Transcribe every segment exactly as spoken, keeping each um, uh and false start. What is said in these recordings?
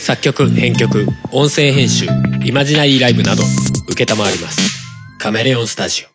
作曲編曲音声編集イマジナリーライブなど承りますカメレオンスタジオ。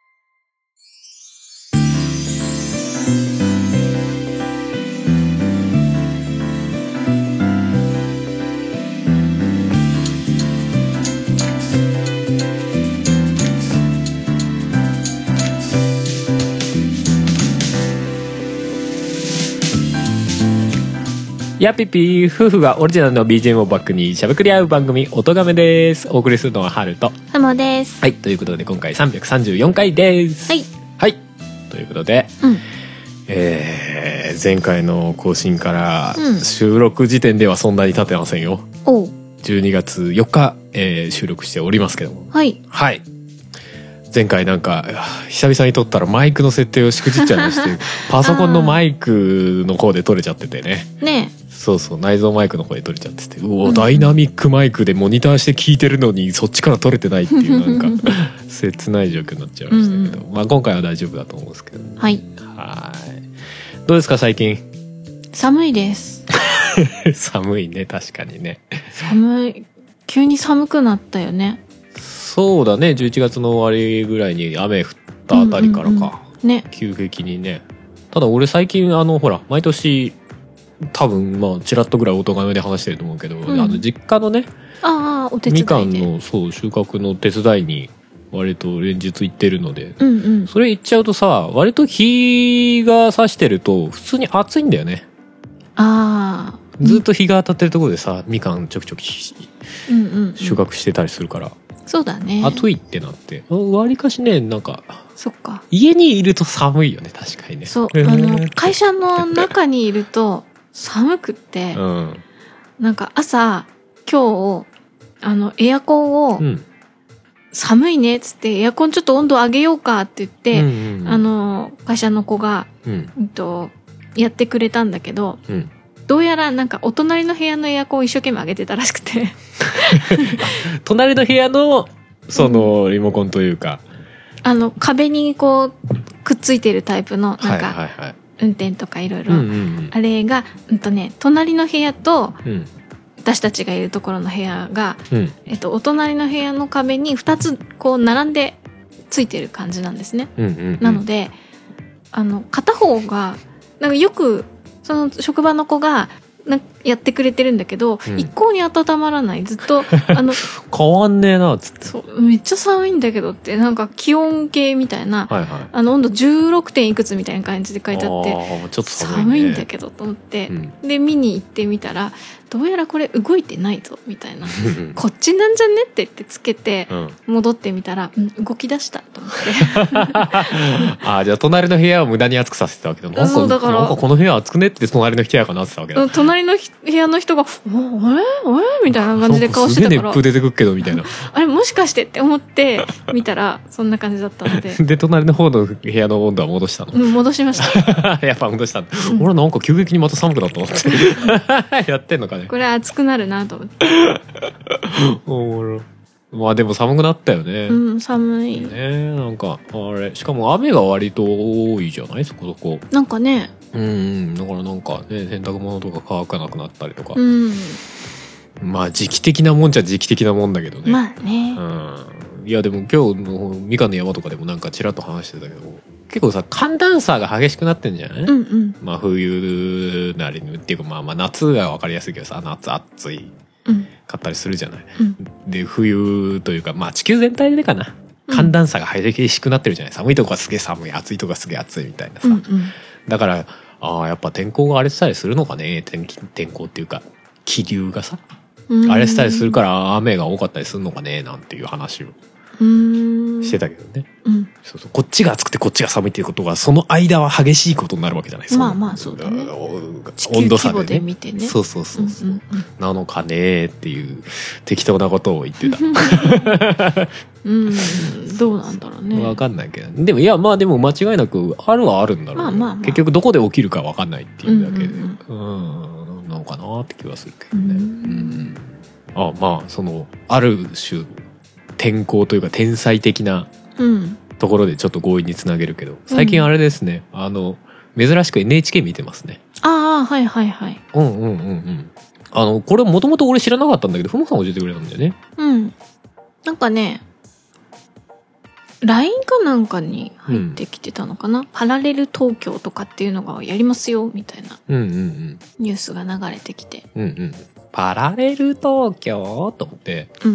やっぴっぴー、夫婦がオリジナルの ビージーエム をバックにしゃべくり合う番組音亀です。お送りするのはハルとハモです。 はい、ということで今回さんびゃくさんじゅうよんかいです。はいはい、ということで、うん、えー、前回の更新から収録時点ではそんなに経ってませんよ。おじゅうにがつよっか、えー、収録しておりますけども、はいはい前回なんか久々に撮ったらマイクの設定をしくじっちゃいましてパソコンのマイクの方で撮れちゃっててね。ねえ、そうそう、内蔵マイクの方で撮れちゃってて、うお、うん、ダイナミックマイクでモニターして聞いてるのにそっちから撮れてないっていうなんか切ない状況になっちゃいましたけど、うん、まあ今回は大丈夫だと思うんですけど、ね、はいはいどうですか最近。 寒いです寒いね、確かにね。 寒い、急に寒くなったよね。 そうだね、じゅういちがつの終わりぐらいに雨降ったあたりからか、うんうんうんね、急激にね。ただ俺最近あのほら毎年多分まあちらっとぐらい音亀で話してると思うけど、うん、あの実家のね、 あお手伝いでみかんのそう収穫の手伝いに割と連日行ってるので、うんうん、それ行っちゃうとさ、割と日が差してると普通に暑いんだよね。あずっと日が当たってるところでさ、みかんちょきちょき収穫してたりするから、うんうんうん、 そうだね、 暑いってなってわりかしね、なんかそっか、 家にいると寒いよね、確かにね。 そう、あの会社の中にいると寒くって、うん、なんか朝今日あのエアコンを、うん、寒いねっつってエアコンちょっと温度上げようかって言って、うんうんうん、あの会社の子が、うんうんと、やってくれたんだけど、うん、どうやらなんかお隣の部屋のエアコンを一生懸命上げてたらしくて隣の部屋のそのリモコンというか、 うん、あの壁にこうくっついてるタイプのなんか、はいはいはい、運転とかいろいろあれが、うんとね、隣の部屋と、うん、私たちがいるところの部屋が、うんえっと、お隣の部屋の壁にふたつこう並んでついてる感じなんですね、うんうんうん、なのであの片方がなんかよくその職場の子がなやってくれてるんだけど、うん、一向に温まらない、ずっとあの変わんねえなっつって、 そうめっちゃ寒いんだけどって、なんか気温計みたいな、はいはい、あの温度じゅうろくてんいくつみたいな感じで書いてあって、あちょっと寒いね、寒いんだけどと思って、うん、で見に行ってみたらどうやらこれ動いてないぞみたいなこっちなんじゃねって言ってつけて、うん、戻ってみたら、うん、動き出したと思ってあじゃあ隣の部屋を無駄に暑くさせてたわけだ。なんかそうだからなんかこの部屋暑くねって隣の部屋かなってたわけだ。 隣の部屋の人が「おあれあれ?」みたいな感じで顔してたから、 すげえ熱風出てくるけどみたいなあれもしかしてって思って見たらそんな感じだったのでで隣の方の部屋の温度は戻したの、 うん、戻しましたやっぱ戻したんだ、うん、俺なんか急激にまた寒くなったなってやってんのかね、 これ暑くなるなと思っておもろ。まあでも寒くなったよね。 うん寒いね、なんかあれしかも雨が割と多いじゃない、そこそこなんかね、 うんだからなんかね洗濯物とか乾かなくなったりとか、うん、まあ時期的なもんじゃ時期的なもんだけどね。 まあね、 うん、いやでも今日のみかんの山とかでもなんかちらっと話してたけど、結構さ寒暖差が激しくなってんじゃない、うんうん、まあ冬なりにっていうか、まあまあ夏が分かりやすいけどさ、夏暑いかったりするじゃない、うん、で冬というかまあ地球全体でかな、寒暖差が激しくなってるじゃない、寒いとこがすげえ寒い、暑いとこがすげえ暑いみたいなさ、うんうん、だからああやっぱ天候が荒れてたりするのかね、天気天候っていうか気流がさ荒れてたりするから雨が多かったりするのかねなんていう話をしてたけどね、うん、そうそう、こっちが暑くてこっちが寒いっていうことはその間は激しいことになるわけじゃないですか。 まあまあそうだね、 温度差でね、 で見てね、 そうそうそうそう、うんうんうん、なのかねっていう適当なことを言ってたうんどうなんだろうね、 分かんないけど、でもいやまあでも間違いなくあるはあるんだろう、ね、まあまあまあ、結局どこで起きるか分かんないっていうだけで、うんうんうん、うんなのかなって気はするけどね、うんうん、あまあそのある種天候というか天才的なところでちょっと強引につなげるけど、最近あれですね、うん、あの珍しく エヌエイチケー 見てますね。 ああはいはいはい、 うんうんうんうんあのこれもともと俺知らなかったんだけど、ふもさん教えてくれたんだよね。 うん。なんかね、ライン かなんかに入ってきてたのかな、うん、パラレル東京とかっていうのがやりますよみたいなニュースが流れてきて、 うんうん、パラレル東京と思って、うん、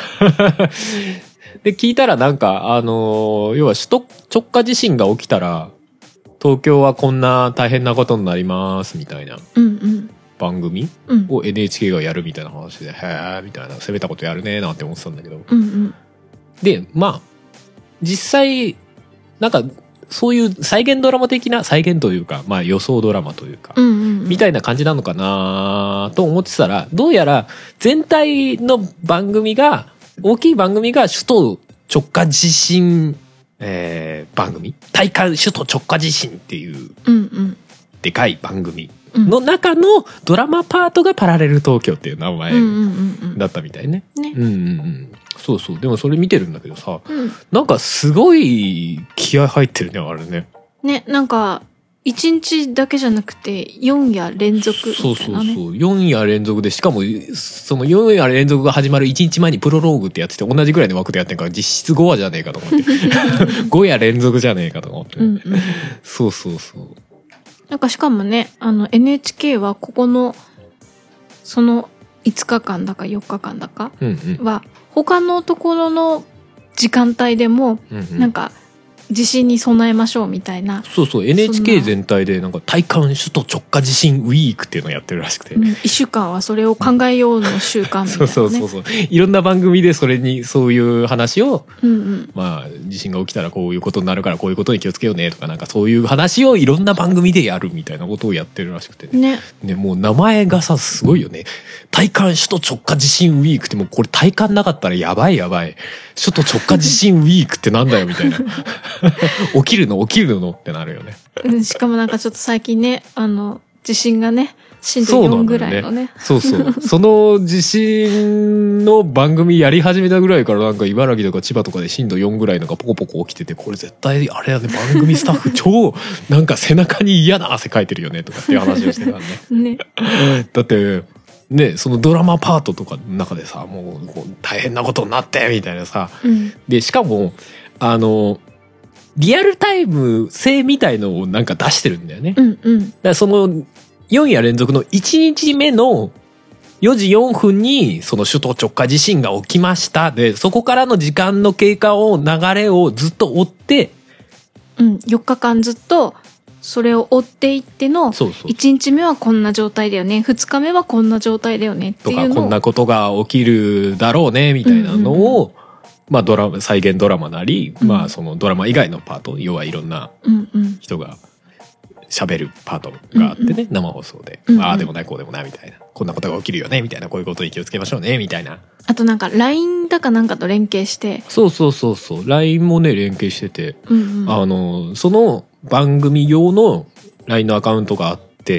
で聞いたらなんかあのー、要は首都直下地震が起きたら東京はこんな大変なことになりますみたいな番組を エヌエイチケー がやるみたいな話で、うん、へーみたいな攻めたことやるねーなんて思ってたんだけど、うんうん、でまあ実際なんかそういう再現ドラマ的な再現というか、まあ予想ドラマというか、うんうんうん、みたいな感じなのかなと思ってたら、どうやら全体の番組が大きい番組が首都直下地震、えー、番組体感首都直下地震っていうでかい番組の中のドラマパートがパラレル東京っていう名前だったみたいね。ね、うんうんうん、そうそう。でもそれ見てるんだけどさ、うん、なんかすごい気合入ってるね、あれね。ね、 なんかいちにちだけじゃなくてよん夜連続みたいなね。そうそうそう。 よん夜連続で、しかもそのよん夜連続が始まるいちにちまえにプロローグってやってて同じぐらいの枠でやってんから実質ご話じゃねえかと思って。ご夜連続じゃねえかと思って、ね。うんうん、そうそうそう。 なんかしかもね、あの エヌエイチケー はここのそのいつかかんだかよっかかんだかは他のところの時間帯でもなんか地震に備えましょうみたいな、 そうそう エヌエイチケー 全体でなんか体感首都直下地震ウィークっていうのをやってるらしくて、うん、いっしゅうかんはそれを考えようの週間みたいな、ね、 そうそうそうそう、いろんな番組でそれにそういう話を、うんうん、まあ地震が起きたらこういうことになるからこういうことに気をつけようねとか、なんかそういう話をいろんな番組でやるみたいなことをやってるらしくて ね, ね, ねもう名前がさすごいよね。体感首都直下地震ウィークって、もうこれ体感なかったらやばいやばい、首都直下地震ウィークってなんだよみたいな起きるの起きるのってなるよね。 しかもなんかちょっと最近ね、あの地震がね震度よんぐらいのね、 そうそう、その地震の番組やり始めたぐらいからなんか茨城とか千葉とかで震度よんぐらいのがポコポコ起きてて、これ絶対あれだね、番組スタッフ超なんか背中に嫌な汗かいてるよねとかっていう話をしてたんね。ねだってね、そのドラマパートとかの中でさ、もう大変なことになってみたいなさ、うん、でしかもあのリアルタイム性みたいのをなんか出してるんだよね。うんうん、だからそのよん夜連続のいちにちめのよじよんぷんにその首都直下地震が起きましたで、そこからの時間の経過を流れをずっと追って、 うん、よっかかんずっとそれを追っていってのいちにちめはこんな状態だよね、ふつかめはこんな状態だよねっていうのとか、こんなことが起きるだろうねみたいなのを、うんうん、まあドラマ再現ドラマなり、うん、まあそのドラマ以外のパート、要はいろんな人が喋るパートがあってね、うんうん、生放送で、うんうん、ああでもないこうでもないみたいな、こんなことが起きるよねみたいな、こういうことに気をつけましょうねみたいな。 あとなんか ライン だかなんかと連携して、 そうそうそうそう、 ライン もね連携してて、うんうん、あのその番組用の ライン のアカウントがあって、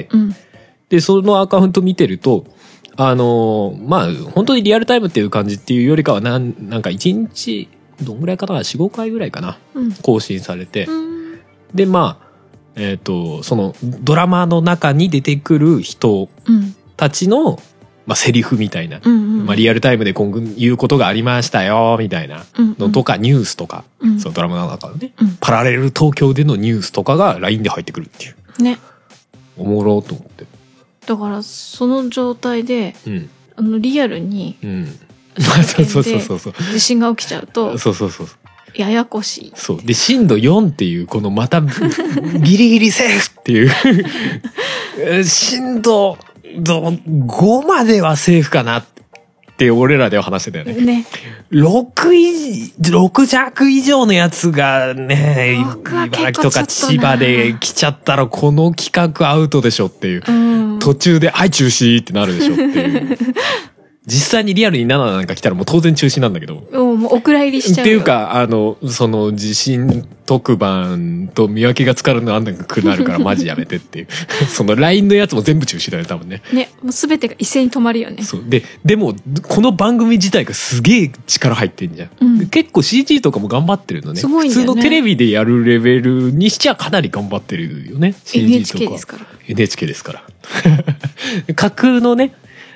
うん、でそのアカウント見てると、あのまあ本当にリアルタイムっていう感じっていうよりかはなん、なんかいちにちどんぐらいかな、 よん,ご 回ぐらいかな、うん、更新されて、うん、でまあえっとそのドラマの中に出てくる人たちの、うんまあ、セリフみたいな、うんうんまあ、リアルタイムで今後言うことがありましたよみたいなのとか、うんうん、ニュースとか、うん、そのドラマの中のね、うん、パラレル東京でのニュースとかが ライン で入ってくるっていうね、おもろと思って。 だからその状態で、うん、あのリアルに、うん、 そうそうそうそう、 地震が起きちゃうとそうそうそうややこしい。 そうで震度よんっていうこのまたギリギリセーフっていう震度ごまではセーフかなって俺らでは話してたよね。ね。ろくい、ろく弱以上のやつがね、茨城とか千葉で来ちゃったらこの企画アウトでしょっていう。うん、途中で、はい中止ってなるでしょっていう。実際にリアルになななんか来たらもう当然中止なんだけど。 もうお蔵入りしちゃう。 っていうか、あの、その地震特番と見分けがつかるのあんなくなるからマジやめてっていう。その ライン のやつも全部中止だよね、多分ね。 ね、もう全てが一斉に止まるよね。 そう。で、でも、この番組自体がすげえ力入ってんじゃん。うん、結構 シージー とかも頑張ってるのね。 すごいんだよね。 普通のテレビでやるレベルにしちゃかなり頑張ってるよね。シージー とか。 エヌエイチケー ですから。 エヌエイチケー ですから。架空のね、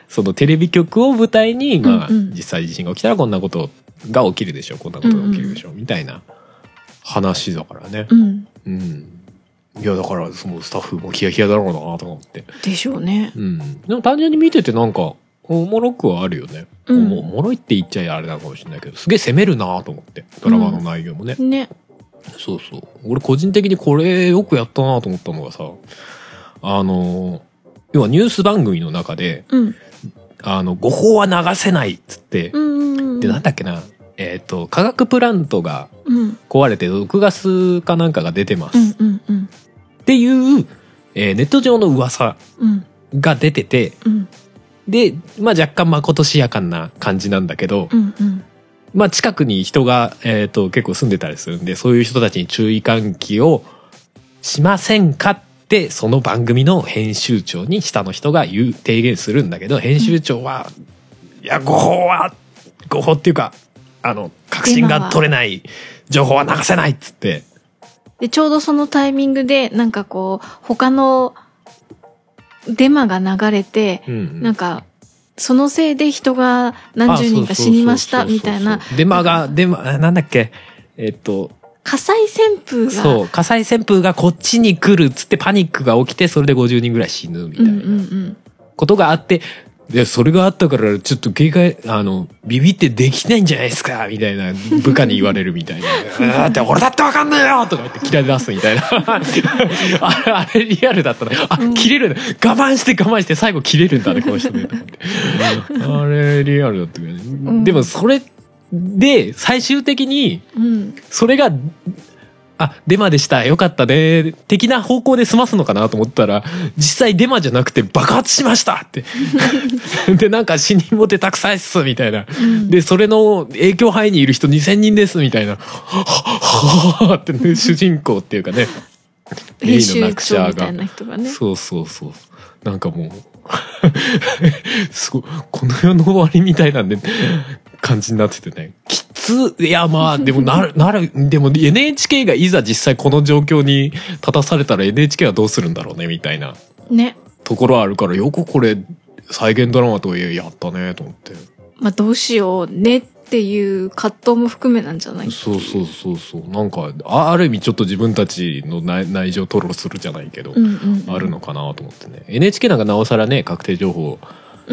そのテレビ局を舞台に、まあ、 うんうん、 実際地震が起きたらこんなことが起きるでしょ、こんなことが起きるでしょ、うんうん、みたいな話だからね。 うん。 うん。いやだからそのスタッフもヒヤヒヤだろうなと思って。 でしょうね。 うん。でも単純に見ててなんかおもろくはあるよね。うん、おもろいって言っちゃあれなのかもしれないけど、すげえ攻めるなと思って、ドラマの内容もね。 うん、ね。 そうそう。俺個人的にこれよくやったなと思ったのがさ、あの要はニュース番組の中で、うん、あの誤報は流せないっつって、うんうんうん、でなんだっけな。えっと化学プラントが壊れて毒ガスかなんかが出てます、うんうんうん、っていう、えー、ネット上の噂が出てて、うん、で、まあ、若干まことしやかな感じなんだけど、うんうん、まあ、近くに人が、えーと、結構住んでたりするんで、そういう人たちに注意喚起をしませんかってその番組の編集長に下の人が言う提言するんだけど、編集長は、うん、いや誤報は誤報っていうかあの確信が取れない情報は流せないっつって、 でちょうどそのタイミングでなんかこう他のデマが流れて、うんうん、なんかそのせいで人が何十人か死にましたみたいなデマがデマなんだっけえっと火災旋風がそう火災旋風がこっちに来るっつってパニックが起きて、それでごじゅうにんぐらい死ぬみたいなことがあって、でそれがあったからちょっと警戒あのビビってできないんじゃないですかみたいな部下に言われるみたいなだって俺だって分かんないよとか言って嫌い出すみたいなあれあれリアルだったね。あ、うん、切れるんだ、我慢して我慢して最後切れるんだねこの人ねと思ってあれリアルだったけどね、うん、でもそれで最終的にそれがあ、デマでした。よかったね。的な方向で済ますのかなと思ったら、実際デマじゃなくて爆発しましたって。で、なんか死人も出たくさいっす、みたいな。うん、で、それの影響範囲にいる人にせんにんです、みたいな。はぁ、はぁって、ね、主人公っていうかね。 編集長みたいな人がね。 そうそうそう。なんかもう、すごい、この世の終わりみたいなんで、感じになっててね。きつ、いやまあ、でもなる、なる、でも エヌエイチケー がいざ実際この状況に立たされたら エヌエイチケー はどうするんだろうね、みたいな。 ね。 ところあるから、よくこれ、再現ドラマとはいえやったね、と思って。 まあどうしようねっていう葛藤も含めなんじゃない？ そうそうそうそう。なんか、ある意味ちょっと自分たちの内内情吐露するじゃないけど、うんうんうん、あるのかなと思ってね。エヌエイチケー なんかなおさらね、確定情報、 うん、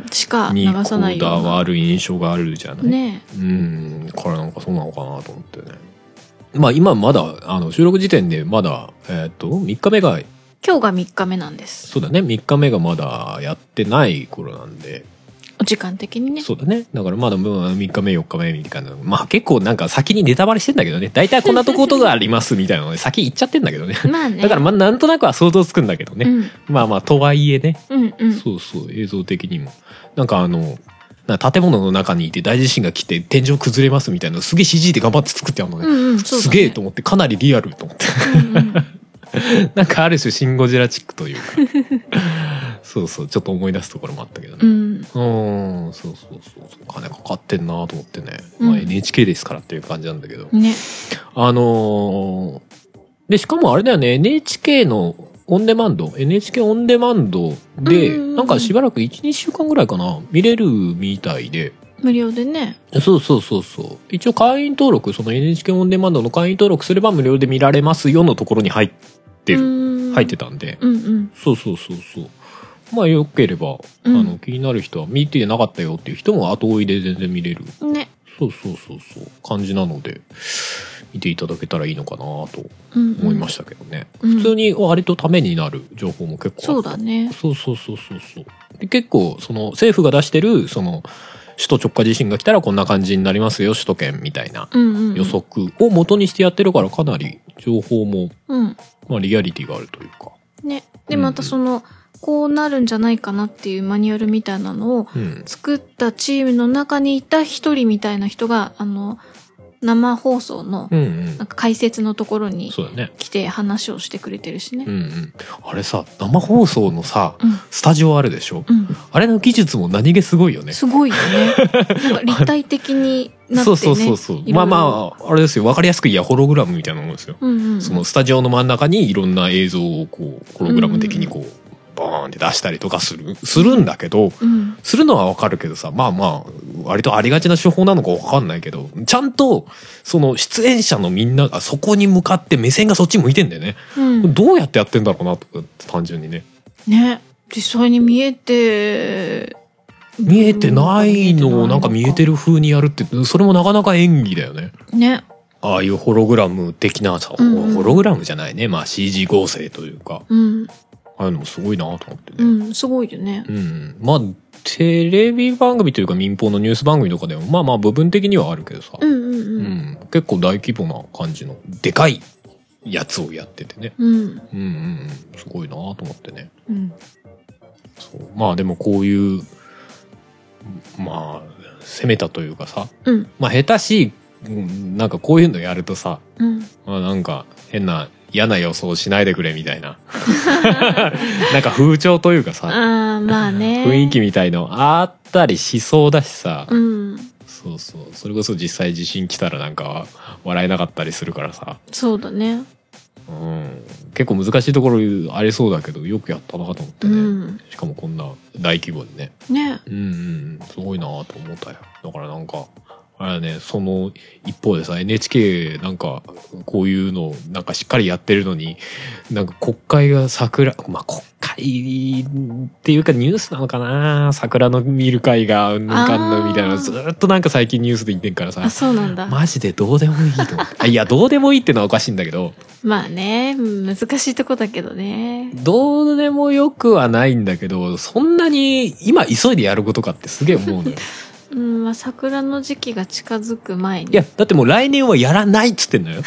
しか流さないような。 にこだわる印象があるじゃない。 ね。 うん、からなんかそうなのかなと思ってね。まあ今まだ、あの、収録時点でまだ、えっと、みっかめが、 今日がみっかめなんです。 そうだね、みっかめがまだやってない頃なんで。 お時間的にね。 そうだね。だからまだみっかめ、よっかめみたいな。まあ結構なんか先にネタバレしてんだけどね。大体こんなとことがありますみたいなので先言っちゃってんだけどね。まあね。だからまあなんとなくは想像つくんだけどね。うん、まあまあとはいえね。うんうん。そうそう、映像的にも。なんかあの、なんか建物の中にいて大地震が来て天井崩れますみたいなのすげえ シージー で頑張って作ってあるのね。うんうん、そうだね。すげえと思って、かなりリアルと思って。うんうん、なんかある種シンゴジラチックというか。そうそう、ちょっと思い出すところもあったけどね。うん。うん、そうそうそう。金かかってんなと思ってね。まあ エヌエイチケー ですからっていう感じなんだけど。ね。あのー、で、しかもあれだよね、エヌエイチケー のオンデマンド、エヌエイチケー オンデマンドで、なんかしばらくいち、にしゅうかんぐらいかな、見れるみたいで。 無料でね。 そうそうそうそう。一応会員登録、その エヌエイチケー オンデマンドの会員登録すれば無料で見られますよのところに入ってる、入ってたんで。うんうん。そうそうそうそう。まあよければ、うん、あの気になる人は見てなかったよっていう人も後追いで全然見れる。ね。そうそうそうそう感じなので見ていただけたらいいのかなと思いましたけどね。うんうん、普通に割とためになる情報も結構あった。 そうだね。 そうそうそうそうそう。で結構その政府が出してるその首都直下地震が来たらこんな感じになりますよ首都圏みたいな予測を元にしてやってるからかなり情報も、うん、まあリアリティがあるというか。 ね。でまたその、うんこうなるんじゃないかなっていうマニュアルみたいなのを作ったチームの中にいた一人みたいな人が、あの、生放送のなんか解説のところに来て話をしてくれてるしね。うんうん、 あれさ、生放送のさ、うん、スタジオあるでしょ、うん、あれの技術も何気すごいよね。 すごいよね。なんか立体的になってね。そうそうそうそう。 まあまあ、あれですよ。わかりやすく言えばホログラムみたいなものですよ、うんうんうん。そのスタジオの真ん中にいろんな映像をこう、ホログラム的にこう、 ボーンって出したりとかするするんだけど、 うん、 するのはわかるけどさ、まあまあ割とありがちな手法なのかわかんないけど、ちゃんとその出演者のみんながそこに向かって目線がそっち向いてんだよね、うん、どうやってやってんだろうなとか単純にねね、実際に見えて見えてないのをなんか見えてる風にやるって、それもなかなか演技だよね。 ね。 ああいうホログラム的なさ、うん、ホログラムじゃないね、まあ シージー 合成というか、うん、ああいうのもすごいなと思ってね。 うん、すごいよね。 うん、まあテレビ番組というか民放のニュース番組とかでもまあまあ部分的にはあるけどさ、うんうんうんうん、結構大規模な感じのでかいやつをやっててね、うん、うんうんすごいなと思ってね。うん、そうまあでもこういうまあ攻めたというかさ、うん、まあ下手しいなんかこういうのやるとさ、うん、まあなんか変な嫌な予想しないでくれみたいななんか風潮というかさ、 あまあね、 雰囲気みたいのあったりしそうだしさ、うん、そうそうそれこそ実際地震来たらなんか笑えなかったりするからさ、 そうだね、 うん、結構難しいところありそうだけどよくやったなと思ってね、うん、しかもこんな大規模でね、 ね、 うんうんすごいなと思ったよ。だからなんかあれね、その一方でさ エヌエイチケー なんかこういうのなんかしっかりやってるのになんか国会が桜まあ国会っていうかニュースなのかな、桜の見る会がうんかんのみたいなのずっとなんか最近ニュースで言ってんからさ、 あそうなんだ、 マジでどうでもいいと思ってあいやどうでもいいってのはおかしいんだけどまあね難しいとこだけどね、 どうでもよくはないんだけどそんなに今急いでやることかってすげえ思うのようんまあ、桜の時期が近づく前にいやだってもう来年はやらないっつってんのよ、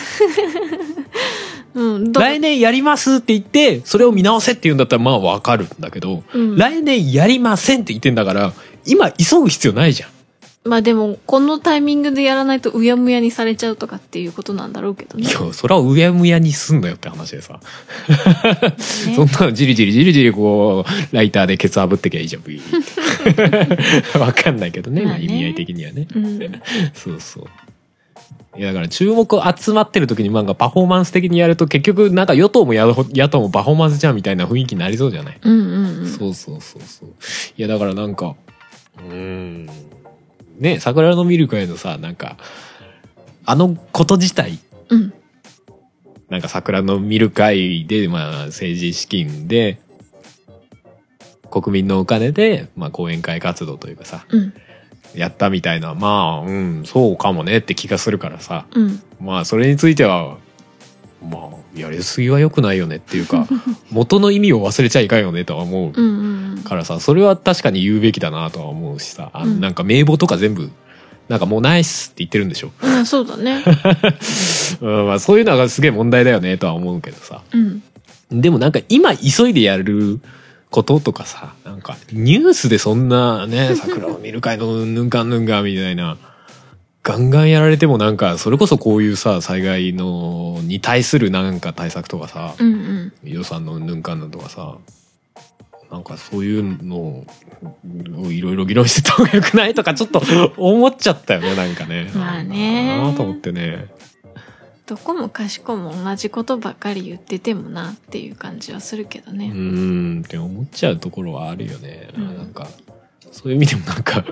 うん、来年やりますって言ってそれを見直せって言うんだったらまあわかるんだけど、うん、来年やりませんって言ってんだから今急ぐ必要ないじゃん。 まあでもこのタイミングでやらないとうやむやにされちゃうとかっていうことなんだろうけどね。 いやそれはうやむやにすんなよって話でさ、ね、そんなのじりじりじりじりこうライターでケツあぶってきゃいいじゃんブイーわかんないけどね、まあね、意味合い的にはね、うん、そうそういやだから注目集まってる時になんかパフォーマンス的にやると結局なんか与党も野党もパフォーマンスじゃんみたいな雰囲気になりそうじゃない、うんうんうん、そうそうそうそういやだからなんかうーんね、桜の見る会のさなんかあのこと自体、うん、なんか桜の見る会で、まあ、政治資金で国民のお金で、まあ、講演会活動というかさ、うん、やったみたいなまあうんそうかもねって気がするからさ、うん、まあそれについてはまあやりすぎは良くないよねっていうか元の意味を忘れちゃいかんよねとは思うからさ、それは確かに言うべきだなとは思うしさ、あのなんか名簿とか全部なんかもうナイスって言ってるんでしょ、 うん、そうだね、 うんまあ、そういうのがすげえ問題だよねとは思うけどさ、うん、でもなんか今急いでやることとかさなんかニュースでそんなね桜を見る会のぬんかんぬんがみたいなガンガンやられてもなんかそれこそこういうさ災害のに対するなんか対策とかさ、うんうん、予算のぬんかんぬんとかさなんかそういうのをいろいろ議論してた方がよくないとかちょっと思っちゃったよねなんかね。 まあねなあと思ってね。 どこもかしこも同じことばかり言っててもなっていう感じはするけどね。 うーんって思っちゃうところはあるよね。うん、なんかそういう意味でもなんか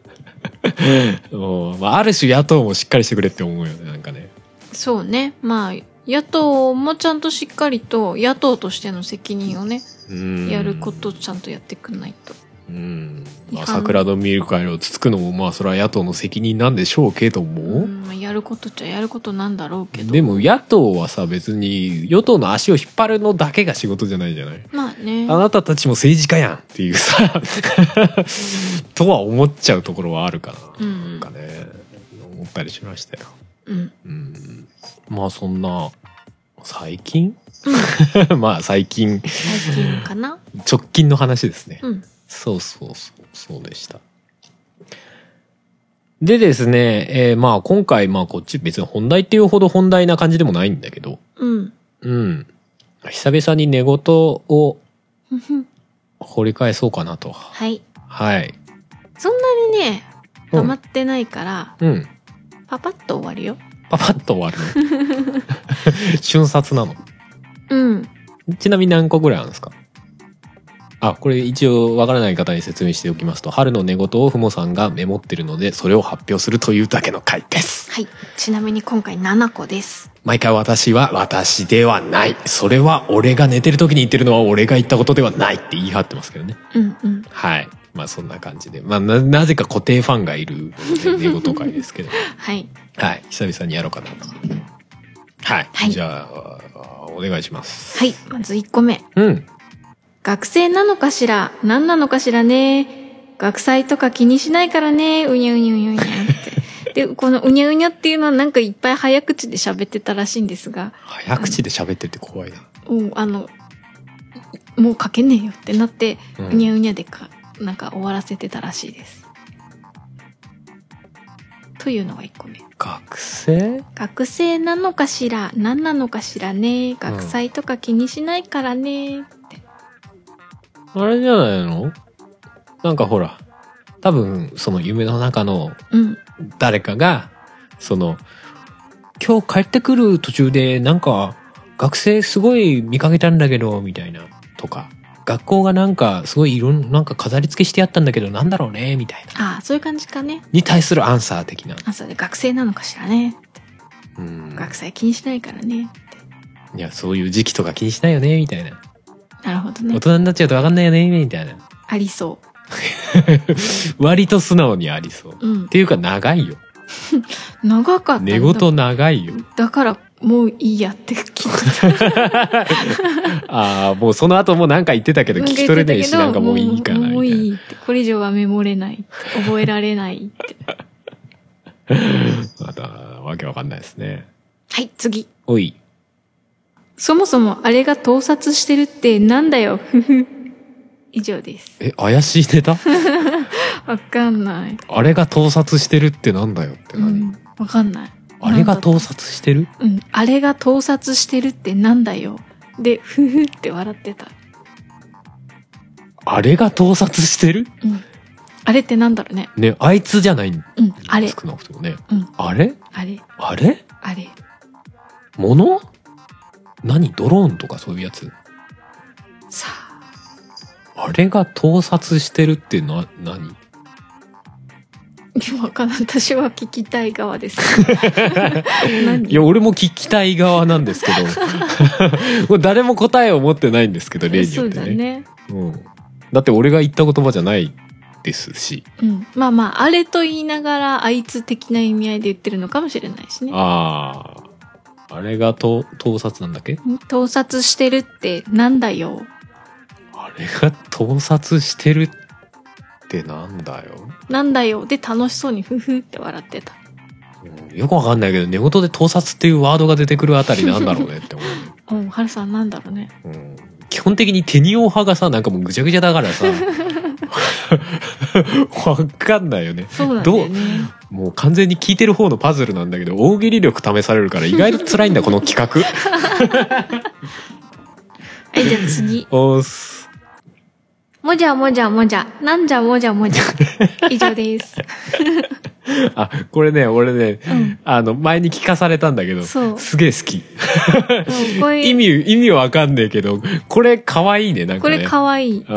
もう、まあ、ある種野党もしっかりしてくれって思うよねなんかね。 そうねまあ野党もちゃんとしっかりと野党としての責任をねやることをちゃんとやってくんないと。 うん、まあ、桜の見る会をつつくのもまあそれは野党の責任なんでしょうけども、 うんまあ、やることっちゃやることなんだろうけど、 でも野党はさ別に与党の足を引っ張るのだけが仕事じゃないじゃない。 まあねあなたたちも政治家やんっていうさとは思っちゃうところはあるかな、うん、なんかね思ったりしましたよ、うんうん、まあそんな最近、うん、まあ最近最近かな直近の話ですね、 うんそうそうそうそうでした。でですね、えー、まあ今回まあこっち別に本題っていうほど本題な感じでもないんだけど、 うんうん久々に寝言を掘り返そうかなと。 はいはい。 そんなにね溜まってないから、うん、パパッと終わるよ。 パパッと終わるの。瞬殺なの。 うん。 ちなみに何個ぐらいあるんですか？ あ、これ一応わからない方に説明しておきますと、春の寝言をふもさんがメモってるので、それを発表するというだけの回です。 はい。ちなみに今回ななこです。 毎回私は私ではない。それは俺が寝てる時に言ってるのは俺が言ったことではないって言い張ってますけどね。 うんうん。 はい。まあそんな感じで。まあな、なぜか固定ファンがいる寝言会ですけど。 はい。 はい。久々にやろうかなと。はい。はい、じゃあ、お願いします。 はい。まずいっこめ。 うん。 学生なのかしら？何なのかしらね。学祭とか気にしないからね。うにゃうにゃうにゃうにゃって。で、このうにゃうにゃっていうのはなんかいっぱい早口で喋ってたらしいんですが。 早口で喋ってって怖いな。 うん、あの、もう書けねえよってなって、うん、うにゃうにゃでか、なんか終わらせてたらしいです。というのがいっこめ。 学生？ 学生なのかしら？何なのかしらね。学祭とか気にしないからね。って。 あれじゃないの？なんかほら、多分その夢の中の誰かが、うん、その今日帰ってくる途中でなんか学生すごい見かけたんだけどみたいなとか、学校がなんかすごいいろんなんか飾り付けしてやったんだけどなんだろうねみたいな。 ああ、そういう感じかね。 に対するアンサー的な。 アンサーで学生なのかしらね。うん。学祭気にしないからね。 いや、そういう時期とか気にしないよねみたいな。 なるほどね。 大人になっちゃうと分かんないよねみたいな。 ありそう。 割と素直にありそう。うん、っていうか長いよ。 長かった。 寝言長いよ。 だからもういいやって聞いてた。 ああ、もうその後もなんか言ってたけど聞き取れないし、なんかもういいかなみたいな。 もういいって。これ以上はメモれない。覚えられないって。 またわけわかんないですね。 はい、次。 おい。 そもそもあれが盗撮してるってなんだよ。ふふ。以上です。 え、怪しいネタ？ わかんない。 あれが盗撮してるってなんだよって何？ うん、わかんない。 あれが盗撮してる？ うん、あれが盗撮してるってなんだよ。で、ふふって笑ってた。 あれが盗撮してる？ うん。あれってなんだろうね。 ね、あいつじゃないん。 うん、あれ。 少なくともね。 うん。 あれ？ あれ。 あれ？ あれ。 物？何？ドローンとかそういうやつ？ さあ。あれが盗撮してるってな、何？ わかんない。私は聞きたい側です。何？ いや、俺も聞きたい側なんですけど。もう誰も答えを持ってないんですけど、例によってね。そうだね。うん。だって俺が言った言葉じゃないですし。 うん。まあまあ、あれと言いながら、あいつ的な意味合いで言ってるのかもしれないしね。 ああ。あれが盗撮なんだっけ？ 盗撮してるってなんだよ。 あれが盗撮してるってなんだよ。 なんだよ。で楽しそうにフフって笑ってた。 うん、よくわかんないけど、寝言で盗撮っていうワードが出てくるあたりなんだろうねって思う。 うん、はるさんなんだろうね。 うん、基本的にテニオ派がさ、なんかもうぐちゃぐちゃだからさ。わかんないよね。 そうなんだよね。 どうもう完全に聞いてる方のパズルなんだけど、大喜利力試されるから意外と辛いんだ、この企画。 はい、じゃあ次。 おーす。 もじゃもじゃもじゃ、なんじゃもじゃもじゃ。以上です。 あ、これね、俺ね、うん、あの、前に聞かされたんだけど、すげえ好き。これ意味、意味わかんねえけど、これかわいいね、なんかね。 これかわいい。 うん。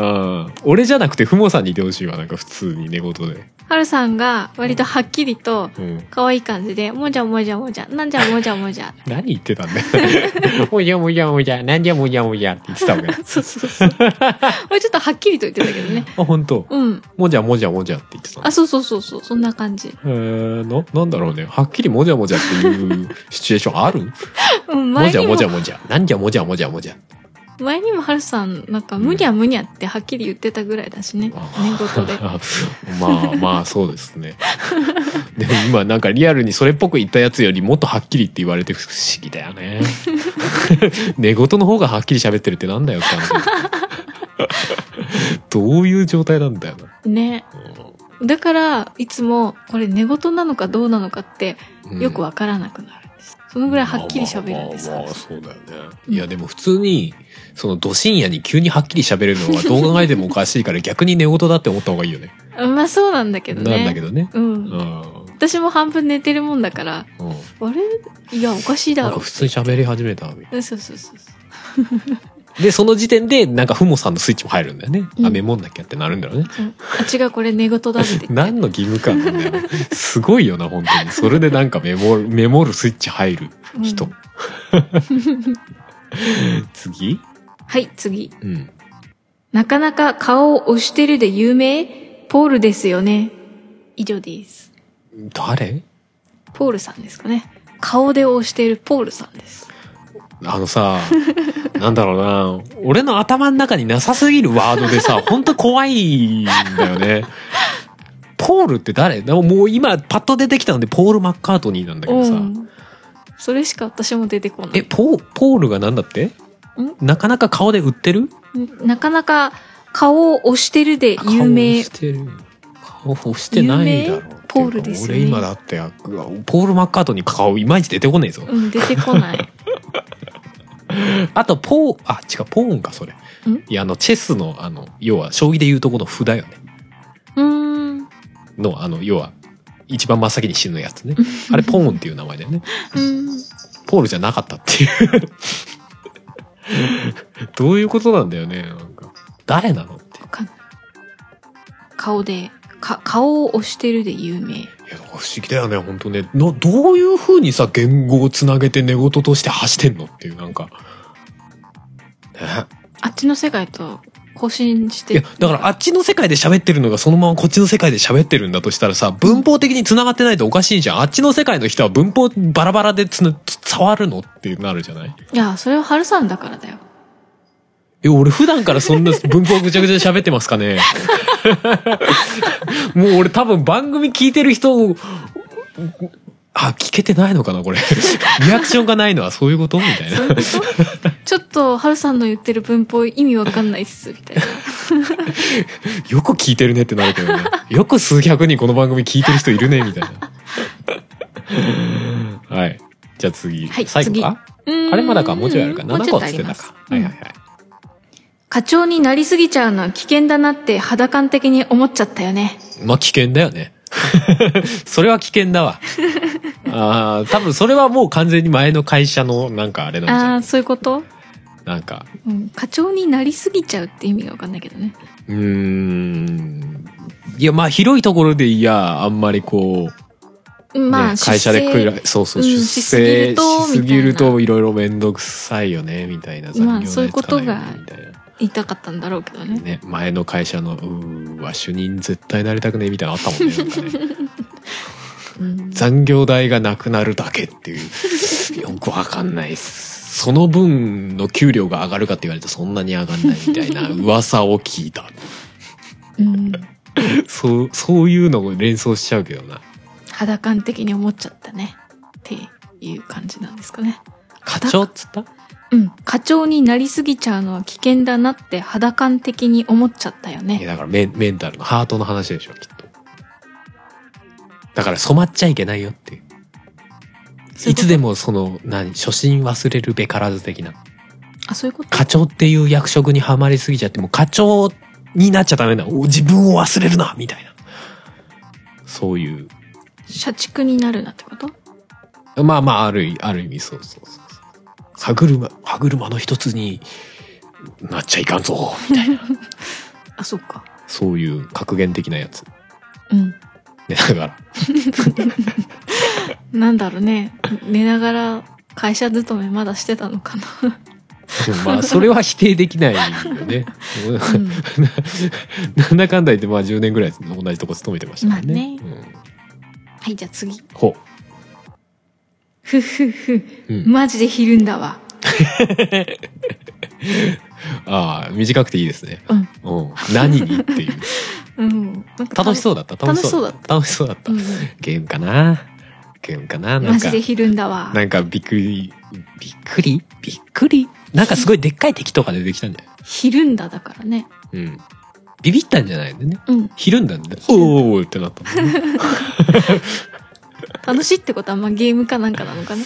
俺じゃなくて、ふもさんにいてほしいわ、なんか普通に寝言で。 はるさんが割とはっきりと可愛い感じで、もじゃもじゃもじゃ、なんじゃもじゃもじゃ。 何言ってたんだよ。もじゃもじゃもじゃ、なんじゃもじゃもじゃって言ってたわけ。 そうそうそう。俺ちょっとはっきりと言ってたけどね。 あ、本当。 うん。 もじゃもじゃもじゃって言ってた。 あ、そうそうそうそう、そんな感じ。へえ、な、なんだろうね。はっきりもじゃもじゃっていうシチュエーションある？ うん、前にも。 もじゃもじゃもじゃ。なんじゃもじゃもじゃもじゃ。 前にもはるさんなんかむにゃむにゃってはっきり言ってたぐらいだしね、寝言で。 まあまあそうですね。でも今なんかリアルにそれっぽく言ったやつよりもっとはっきりって言われて不思議だよね。寝言の方がはっきり喋ってるってなんだよって話。どういう状態なんだよな。 ね。うん、だからいつもこれ寝言なのかどうなのかってよくわからなくなる。うん、そのぐらいはっきり喋るんです。 まあまあまあそうだよね。いやでも普通にそのど深夜に急にはっきり喋れるのはどう考えてもおかしいから逆に寝言だって思った方がいいよね。 まあそうなんだけどね。 なんだけどね。 うん。うん、私も半分寝てるもんだから、うん、あれいやおかしいだろ。 なんか普通に喋り始めたみたいな。 そうそうそうそう。 でその時点でなんかふもさんのスイッチも入るんだよね、うん、あメモんなきゃってなるんだろうね、 うん、あ違うこれ寝言だって何の義務感なんだよすごいよな本当に。それでなんかメモるメモるスイッチ入る人、うん、次はい次、うん、なかなか顔を押してるで有名ポールですよね。以上です。 誰？ ポールさんですかね。顔で押しているポールさんです。 あのさなんだろうな、俺の頭の中になさすぎるワードでさ本当怖いんだよね。ポールって誰？もう今パッと出てきたのでポール・マッカートニーなんだけどさ、うん、 それしか私も出てこない。 えポー、ポールがなんだって？なかなか顔で売ってる？ なかなか顔を押してるで有名。 顔押してる。顔押してないだろう。 ポールですね。 俺今だってポール・マッカートニー顔いまいち出てこないぞ。 うん、出てこない。 あとポーあ違うポーンかそれ。いやあのチェスのあの要は将棋でいうとこの歩だよね。 うーん。 のあの要は一番真っ先に死ぬやつね。あれポーンっていう名前だよね。 うんポールじゃなかったっていうどういうことなんだよね。なんか誰なのって。 顔でか顔を押してるで有名。いや不思議だよね本当ね。のどういう風にさ言語をつなげて寝言として発してんのっていうなんか、ね、 あっちの世界と更新して。 いやだからあっちの世界で喋ってるのがそのままこっちの世界で喋ってるんだとしたらさ文法的に繋がってないとおかしいじゃん。あっちの世界の人は文法バラバラでつ伝わるのってなるじゃない。 いやそれはハルさんだからだよ。 え俺普段からそんな文法ぐちゃぐちゃ喋ってますかねもう俺多分番組聞いてる人あ聞けてないのかなこれリアクションがないのはそういうことみたいな。そういうことちょっとハルさんの言ってる文法意味わかんないっすみたいなよく聞いてるねってなるけどね。よく数百人この番組聞いてる人いるねみたいなはいじゃあ次、はい、最後かあれまだかもうちょいあるかななこっつってたか、うん、はいはいはい。 課長になりすぎちゃうのは危険だなって肌感的に思っちゃったよね。 まあ危険だよねそれは危険だわあ多分それはもう完全に前の会社のなんかあれなんじゃない。 ああそういうこと。 なんか、 うん、課長になりすぎちゃうって意味が分かんないけどね。 うーんいやまあ広いところでいやあんまりこう、 まあ、 ね、会社でくらそうそう、うん、出世しすぎるといろいろ面倒くさいよねみたいな。 まあそういうことが言いたかったんだろうけどね。 ね前の会社のうーわ主任絶対なりたくねえみたいなのあったもんね。なんかねうん、残業代がなくなるだけっていうよくわかんないっす。その分の給料が上がるかって言われるとそんなに上がんないみたいな噂を聞いた、うん、そうそういうのを連想しちゃうけどな。 肌感的に思っちゃったねっていう感じなんですかね。 課長っつった？ うん課長になりすぎちゃうのは危険だなって肌感的に思っちゃったよね。 いやだからメン、メンタルのハートの話でしょきっと。だから染まっちゃいけないよっていう。いつでもその何初心忘れるべからず的な。 あそういうこと。 課長っていう役職にはまりすぎちゃってもう課長になっちゃダメだ。自分を忘れるなみたいな。そういう。 社畜になるなってこと？ まあまああるある意味そうそうそう。歯車歯車の一つになっちゃいかんぞみたいな。 あそっか。 そういう格言的なやつ。 うん。 寝ながらなんだろうね寝ながら会社勤めまだしてたのかなまあそれは否定できないよね、うん、なんだかんだ言ってまあじゅうねんぐらい同じとこ勤めてましたからね、まあね、うん、 はいじゃあ次ほうふふふ、うん、マジでひるんだわああ短くていいですね、うん、うん、何にっていううん、 楽しそうだった楽しそうだった楽しそうだった、うん、ゲームかなゲームかななんかマジでひるんだわ。 なんかびっくりびっくりびっくりなんかすごいでっかい敵とか出てきたんじゃない？ ひるんだだからね。 うんビビったんじゃないんだね、うん、ひるんだんだおーってなった楽しいってことはまあゲームかなんかなのかな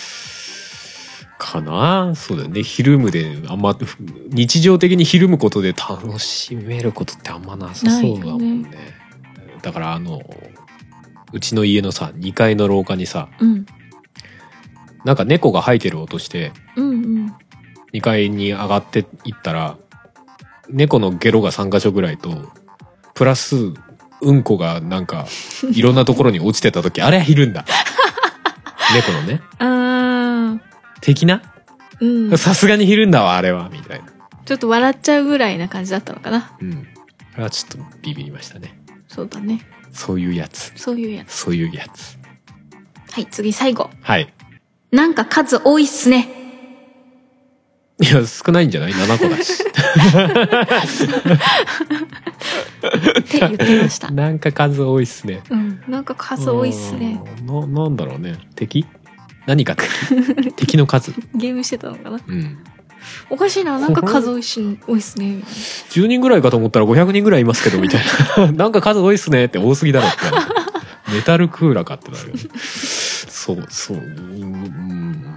かな。そうだよねひるむであんま日常的にひるむことで楽しめることってあんまなさそうだもん ね, ねだからあのうちの家のさにかいの廊下にさ、うん、なんか猫が吐いてる音して、うんうん、 にかいに上がっていったら、猫のゲロがさんか所ぐらいと、プラス、うんこがなんか、いろんなところに落ちてた時、あれはいるんだ。猫のね。 あー。 的な？うん。さすがにひるんだわ、あれは、みたいな。 ちょっと笑っちゃうぐらいな感じだったのかな。 うん。あれはちょっとビビりましたね。 そうだね。 そういうやつ。 そういうやつ。 そういうやつ。 はい、次最後。 はい。 なんか数多いっすね。 いや、少ないんじゃない ?なな 個だし。 って言ってました。 なんか数多いっすね。 うん。なんか数多いっすね。 な、なんだろうね。敵？何か敵？敵の数。 ゲームしてたのかな？ うん。 おかしいな。なんか数多いし、多いっすね。 じゅうにんぐらいかと思ったらごひゃくにんぐらいいますけど、みたいな。なんか数多いっすねって多すぎだろってなる。メタルクーラーかってなるよね。そう、そう、うん、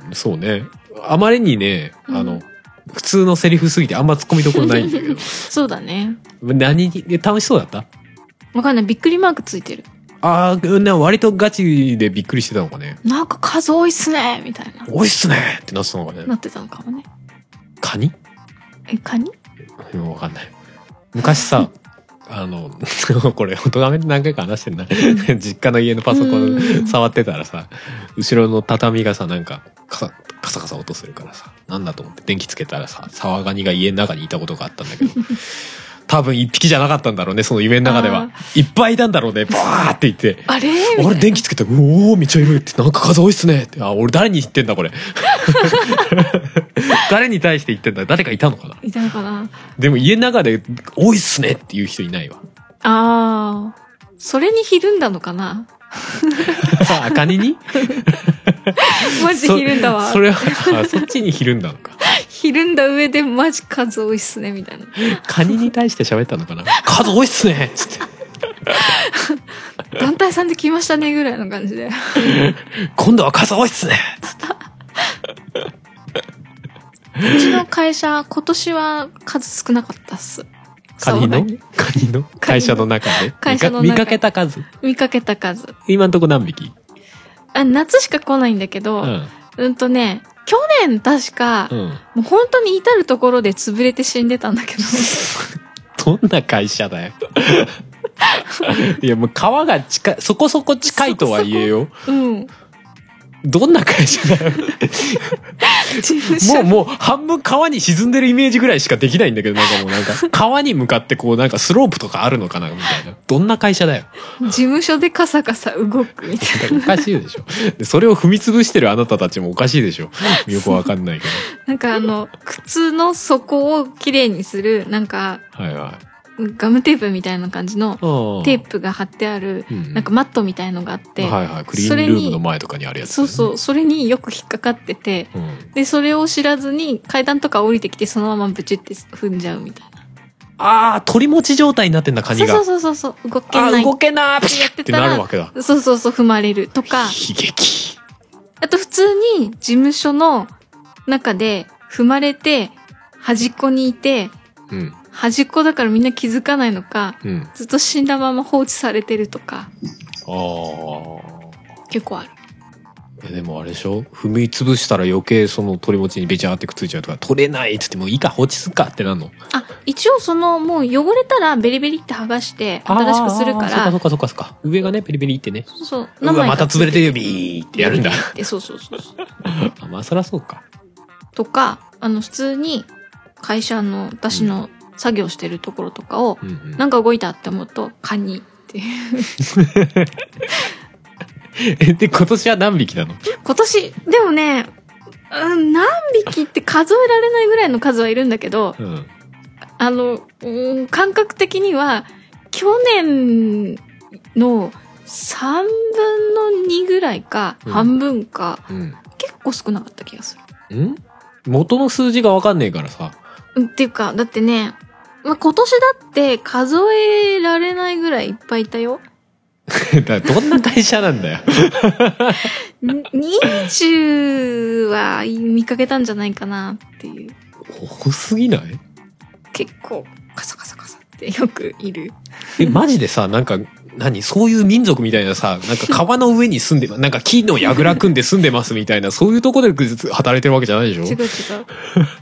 そうね。あまりにね、あの、うん、普通のセリフすぎてあんま突っ込みどころないんだけど。 そうだね。 何で楽しそうだった？ わかんない。びっくりマークついてる。 ああ、割とガチでびっくりしてたのかね。 なんか数多いっすねみたいな。 多いっすねってなってたのかね。 なってたのかもね。 カニ？ え、カニ？ わかんない。昔さ、あの、これ、音がめで何回か話してんな。実家の家のパソコン触ってたらさ、後ろの畳がさ、なんか、カサカサカサ音するからさ、なんだと思って電気つけたらさ、沢ガニが家の中にいたことがあったんだけど、多分一匹じゃなかったんだろうね、その夢の中では。いっぱいいたんだろうね、バーって言って。 あれ俺電気つけたら、うおー、めっちゃいるって、なんか数多いっすねって。あ、俺誰に言ってんだ、これ。誰に対して言ってんだ？誰かいたのかな？ いたのかな？ でも家の中で多いっすねっていう人いないわ。 ああ、それにひるんだのかな？ あ、カニに？ マジひるんだわ。 そ, それは、そっちにひるんだのか。 ひるんだ上でマジ数多いっすねみたいな。 カニに対して喋ったのかな？数多いっすねつって。 団体さんで来ましたねぐらいの感じで。 今度は数多いっすねつって。 うちの会社今年は数少なかったっす。 カニのカニの会社の中で会社の中見かけた数見かけた数今んとこ何匹？ あ、夏しか来ないんだけど、うん、うんとね、去年確か、うん、もう本当に至るところで潰れて死んでたんだけど。どんな会社だよ。いやもう川が近い、そこそこ近いとはいえよ。そこそこ、うん。どんな会社だよ。もうもう半分川に沈んでるイメージぐらいしかできないんだけど、なんかもうなんか川に向かってこうなんかスロープとかあるのかなみたいな。どんな会社だよ。 事務所でカサカサ動くみたいな。 おかしいでしょ。でそれを踏み潰してるあなたたちもおかしいでしょ。よくわかんないけど。 なんかあの靴の底をきれいにするなんか。 はいはい。 ガムテープみたいな感じのテープが貼ってあるなんかマットみたいのがあって、 はいはい、クリーンルームの前とかにあるやつ、ね、 そうそう、それによく引っかかってて、うん、でそれを知らずに階段とか降りてきてそのままブチって踏んじゃうみたいな。 ああ、鳥持ち状態になってんだ、カニが。 そうそうそうそう、動けない。 動けなーってやってたらなるわけだ。 そうそうそう、踏まれるとか。 悲劇。 あと普通に事務所の中で踏まれて端っこにいて、うん、端っこだからみんな気づかないのか、うん、ずっと死んだまま放置されてるとか。ああ。結構ある。 え、でもあれでしょ？踏み潰したら余計その鳥持ちにべちゃーってくっついちゃうとか、取れないっつってもいいか放置すっかってなんの？ あ、一応そのもう汚れたらベリベリって剥がして新しくするから。 そっかそっかそっかそっか。上がねベリベリってね。 そうそう。 うわまた潰れてるよビーってやるんだ。 でそうそうそうそう。 あ、まあそりゃそうか。 とかあの普通に会社の私の、うん作業してるところとかを、うんうん、なんか動いたって思うとカニっていうで今年は何匹なの？ 今年でもね、うん、何匹って数えられないぐらいの数はいるんだけど、うん、あの、うん、感覚的には去年のさんぶんのにぐらいか、うん、半分か、うん、結構少なかった気がする。 ん？元の数字が分かんねえからさ。 っていうかだってね、まあ、今年だって数えられないぐらいいっぱいいたよ。 だどんな会社なんだよ。 にじゅうは見かけたんじゃないかなっていう。 多すぎない？ 結構カサカサカサってよくいる。 え、マジでさ、なんか何そういう民族みたいなさ、なんか川の上に住んで、なんか木の櫓組んで住んでますみたいな、そういうところで働いてるわけじゃないでしょ？ 違う違う。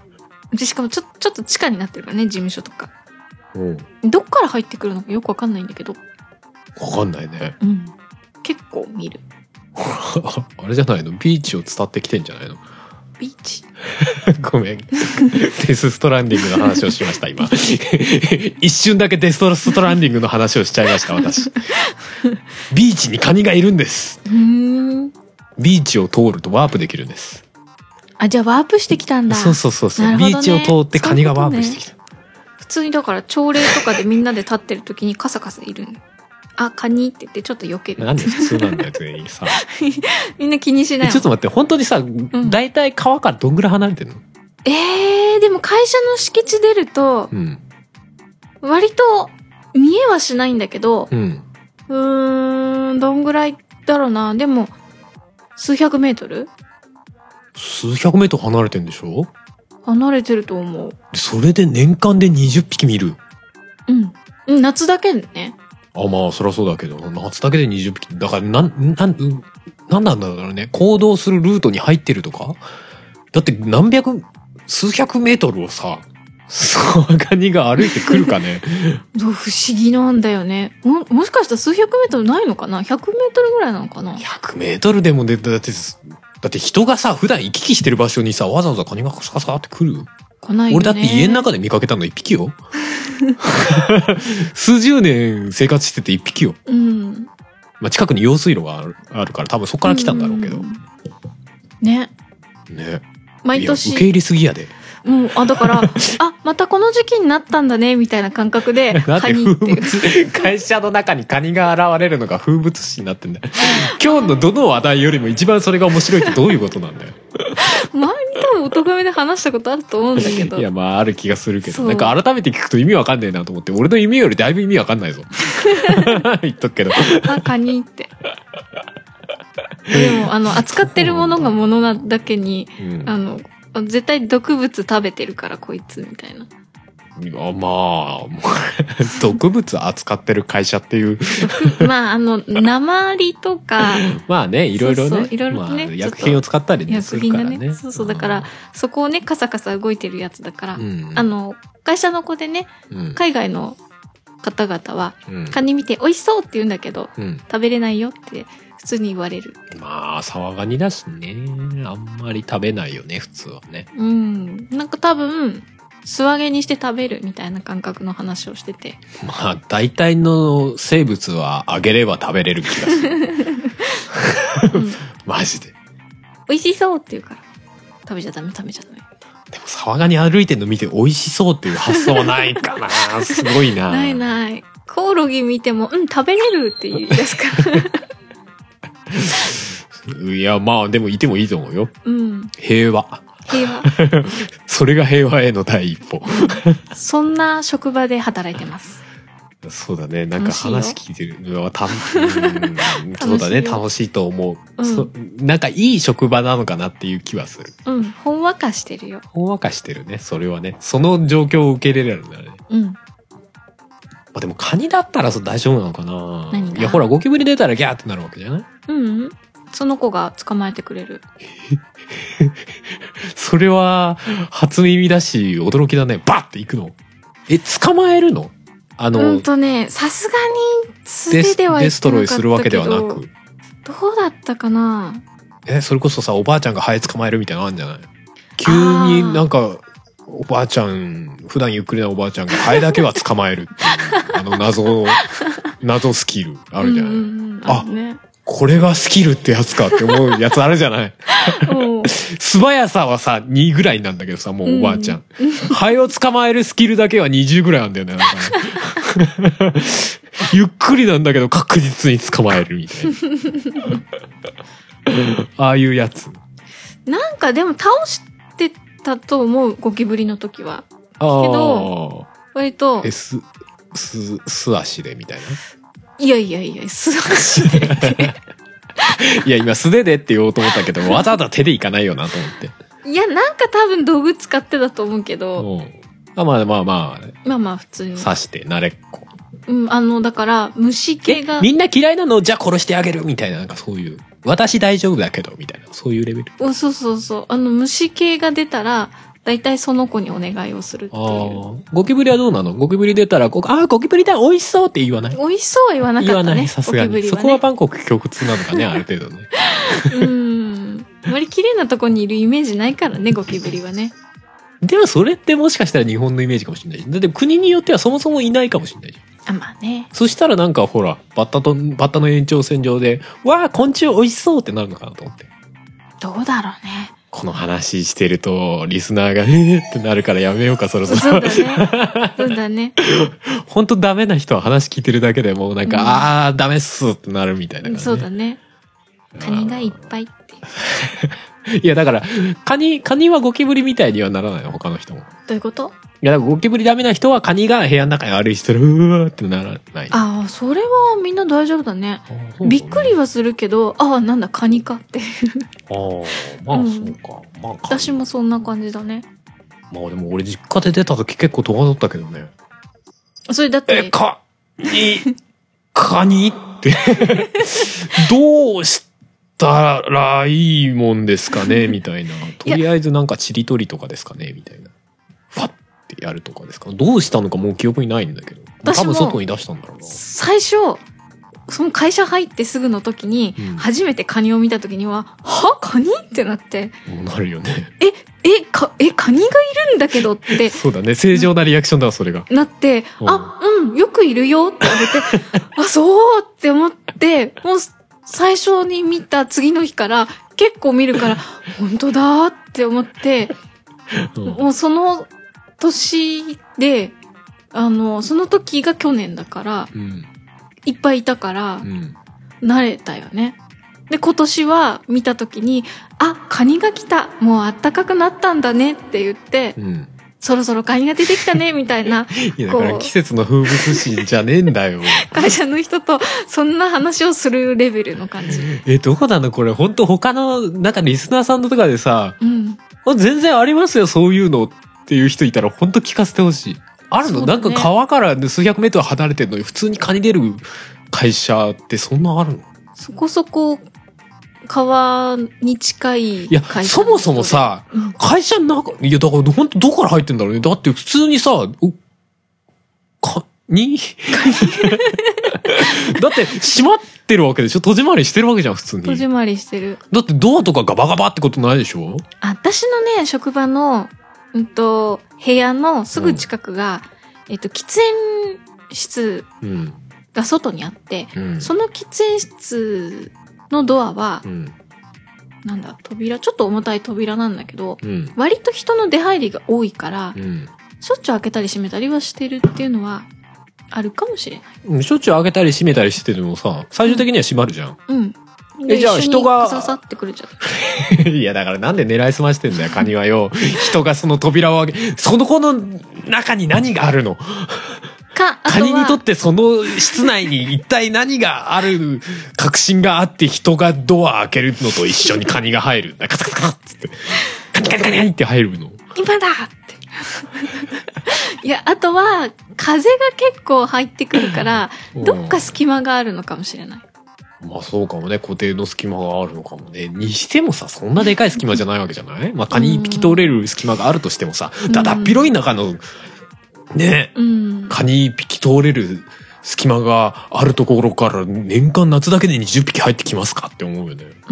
で、しかもちょ、ちょっと地下になってるからね、事務所とか。 うん。 どっから入ってくるのかよくわかんないんだけど。 わかんないね。 うん。結構見る。 あれじゃないの？ビーチを伝ってきてんじゃないの？ ビーチごめん。デスストランディングの話をしました、今。一瞬だけデスストランディングの話をしちゃいました、私。ビーチにカニがいるんです。 うーん。 ビーチを通るとワープできるんです。 あ、じゃあワープしてきたんだ。 そうそうそうそう、ね、ビーチを通ってカニがワープしてきた。ううね、 普通にだから朝礼とかでみんなで立ってる時にカサカサいるの。あ、カニって言ってちょっと避ける。 なんで普通なんだよ、全員さ。 みんな気にしない。 ちょっと待って、本当にさ、だいたい川からどんぐらい離れてるの？ えー、でも会社の敷地出ると、うん、割と見えはしないんだけど、うん、うーん、どんぐらいだろうな。でも、数百メートル？ 数百メートル離れてんでしょ？ 離れてると思う。 それで年間でにじゅっぴき見る？ うん。夏だけね。 あ、まあ、そりゃそうだけど、夏だけでにじゅっぴき。だから、なん、なん、なんなんだろうね。行動するルートに入ってるとか？だって何百、数百メートルをさ、そのカニが歩いてくるかね。 不思議なんだよね。も、もしかしたら数百メートルないのかな？ ひゃくメートルぐらいなのかな？ ひゃくメートルでもね、だって、だって人がさ、普段行き来してる場所にさ、わざわざカニがカサカサって来る？ 来ないよね。 俺だって家の中で見かけたの一匹よ。数十年生活してて一匹よ。うん。まあ近くに用水路がある、あるから多分そこから来たんだろうけど。 ね。 ね。 毎年。 受け入れすぎやで。 うん、あ、だから、あ、またこの時期になったんだね、みたいな感覚で、カニっていう。 会社の中にカニが現れるのが風物詩になってんだよ。今日のどの話題よりも一番それが面白いってどういうことなんだよ。 前に多分おとがめで話したことあると思うんだけど。 いや、まあ、ある気がするけど。なんか改めて聞くと意味わかんないなと思って、俺の意味よりだいぶ意味わかんないぞ。言っとくけど。 あ、カニって。でも、あの、扱ってるものがものなだけに、うん、あの、絶対毒物食べてるからこいつみたいな。 あ、まあ毒物扱ってる会社っていうまああの鉛とかまあね、いろいろね、そうそういろいろね、まあ、薬品を使ったりねするからね。 そうそう、だからそこをねカサカサ動いてるやつだから、うん、あの会社の子でね、うん、海外の方々は、うん、カニ見て美味しそうって言うんだけど、うん、食べれないよって普通に言われる。 まあ騒がにだしね、あんまり食べないよね普通はね。 うん、なんか多分素揚げにして食べるみたいな感覚の話をしてて、 まあ大体の生物は揚げれば食べれる気がする、うん、マジで美味しそうって言うから食べちゃダメ食べちゃダメ。 でも騒がに歩いてるの見て美味しそうっていう発想はないかな。すごいな。 ないない。コオロギ見てもうん食べれるって言い出すからいやまあでもいてもいいと思うよ、うん、平和平和それが平和への第一歩そんな職場で働いてます。 そうだね、なんか話聞いてるのはた、うん、そうだね、楽しいと思う、うん、そなんかいい職場なのかなっていう気はする。 うん、ほんわかしてるよ。 ほんわかしてるね、それはね。その状況を受け入れられるんだね。うん。まあでもカニだったら大丈夫なのかな。何が？いやほらゴキブリ出たらギャーってなるわけじゃない？ うん、うん、その子が捕まえてくれる。 それは初耳だし驚きだね。バッて行くの？え、捕まえるの？あの、 うんとね、さすがに素手ではデストロイするわけではなく、 どうだったかな。 え、それこそさ、おばあちゃんがハエ捕まえるみたいなのあるんじゃない？急になんかおばあちゃん、普段ゆっくりなおばあちゃんがハエだけは捕まえるっていうあの謎謎スキルあるじゃない？うんうんうん、あ、ね、これがスキルってやつかって思うやつあるじゃない？素早さはさにぐらいなんだけどさ、もうおばあちゃん、うん、ハエを捕まえるスキルだけはにじゅうぐらいあるんだよね。なんかねゆっくりなんだけど確実に捕まえるみたいなああいうやつ。 なんかでも倒してたと思う、ゴキブリの時は。けど割とえすす素足でみたいな。 いやいやいや、素足でっていや今素手でって言おうと思ったけどわざわざ手でいかないよなと思って。 いやなんか多分道具使ってたと思うけど、 あ、まあまあまあまあまあ普通に刺して慣れっこ。 うん、あのだから虫系がみんな嫌いなのじゃあ殺してあげるみたいな、なんかそういう私大丈夫だけどみたいな、そういうレベル。 お、そうそうそう、あの虫系が出たらだいたいその子にお願いをするっていう。 あゴキブリはどうなの？ゴキブリ出たら、こあゴキブリだ美味しそうって言わない？ 美味しそうは言わなかったね。 言わない、さすがに、ね。そこはバンコク共通なのかね、ある程度ね。 うん。あまり綺麗なとこにいるイメージないからね、ゴキブリはね。 でもそれってもしかしたら日本のイメージかもしれない。だって国によってはそもそもいないかもしれないじゃん。 あ、まあね。 そしたらなんかほら、バッタと、バッタの延長線上で、わあ、昆虫美味しそうってなるのかなと思って。 どうだろうね。 この話してると、リスナーが、えーってなるからやめようか、そろそろ。 そうだね。そうだね。 ほんとダメな人は話聞いてるだけでもうなんか、うん、ああ、ダメっすってなるみたいな感じ、ね。 そうだね。カニがいっぱいって。 いやだからカニカニはゴキブリみたいにはならないの他の人も。 どういうこと？ いやだからゴキブリダメな人はカニが部屋の中に歩いてるうわーってならない。 ああそれはみんな大丈夫だね。びっくりはするけどああなんだカニかっていう。 ああまあそうか、うん、まあ私もそんな感じだね。 まあでも俺実家で出た時結構戸惑ったけどね。 それだってえカニカニってどうしたらいいもんですかねみたいな。とりあえずなんかちりとりとかですかねみたいな。ファッてやるとかですか。どうしたのかもう記憶にないんだけど。多分外に出したんだろうな。最初その会社入ってすぐの時に、うん、初めてカニを見た時にははカニってなって。 なるよね。 ええかえカニがいるんだけどって。 そうだね正常なリアクションだわそれが。 なってあうんよくいるよって言われてあそうって思ってもう。最初に見た次の日から結構見るから本当だって思って、うん、もうその年であのその時が去年だから、うん、いっぱいいたから、うん、慣れたよね。で今年は見た時にあカニが来たもう暖かくなったんだねって言って、うんそろそろカニが出てきたねみたいな。 いやだから季節の風物詩じゃねえんだよ。 会社の人とそんな話をするレベルの感じ。 えどこなのこれ本当他のなんかリスナーさんとかでさ、うん、全然ありますよそういうのっていう人いたら本当聞かせてほしい。あるの、ね、なんか川から数百メートル離れてるのに普通にカニ出る会社ってそんなあるの？ そこそこ。川に近いいやそもそもさ、うん、会社の中いやだから本当どこから入ってんだろうね。だって普通にさカニだって閉まってるわけでしょ。戸締まりしてるわけじゃん普通に。 戸締まりしてる。 だってドアとかガバガバってことないでしょ。 私のね職場の、うん、と部屋のすぐ近くが、うん、えっと喫煙室が外にあって、うん、その喫煙室のドアは、うん、なんだ扉ちょっと重たい扉なんだけど、うん、割と人の出入りが多いから、うん、しょっちゅう開けたり閉めたりはしてるっていうのはあるかもしれない。 しょっちゅう開けたり閉めたりしててもさ最終的には閉まるじゃん。うん。 うん、えじゃあ人が刺さってくれちゃう。 いやだからなんで狙いすましてんだよカニはよ。人がその扉を開けその子の中に何があるの？かカニにとってその室内に一体何がある確信があって人がドア開けるのと一緒にカニが入るんだ。カタカタカタッつってカニカニカニカニって入るの。 今だっていやあとは風が結構入ってくるからどっか隙間があるのかもしれない。 まあそうかもね固定の隙間があるのかもね。にしてもさそんなでかい隙間じゃないわけじゃない。まあカニ一匹通れる隙間があるとしてもさだだっ広い中のね、うん、カニ一匹通れる隙間があるところから年間夏だけでにじゅっぴき入ってきますかって思うよね。 うん、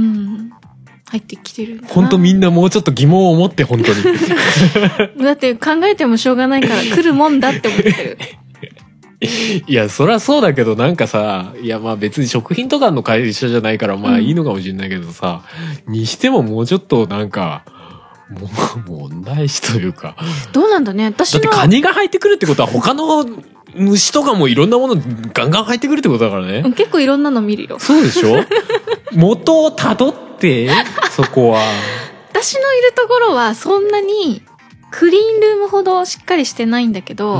入ってきてる。 本当みんなもうちょっと疑問を持って本当に。 だって考えてもしょうがないから来るもんだって思ってる。 いやそりゃそうだけどなんかさいやまあ別に食品とかの会社じゃないからまあいいのかもしれないけどさ、うん、にしてももうちょっとなんか。もう問題視というかどうなんだね。私のだってカニが入ってくるってことは他の虫とかもいろんなものガンガン入ってくるってことだからね。 結構いろんなの見るよ。 そうでしょ。元をたどってそこは私のいるところはそんなにクリーンルームほどしっかりしてないんだけど、うん、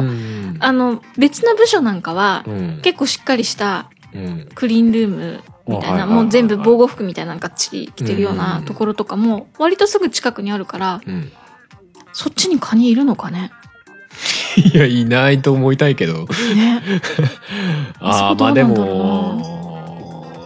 あの別の部署なんかは、うん、結構しっかりしたクリーンルームみたいな、もう全部防護服みたいなのがっちり着てるようなところとかも割とすぐ近くにあるから、うん、そっちにカニいるのかね。 いやいないと思いたいけどね。ああまあでも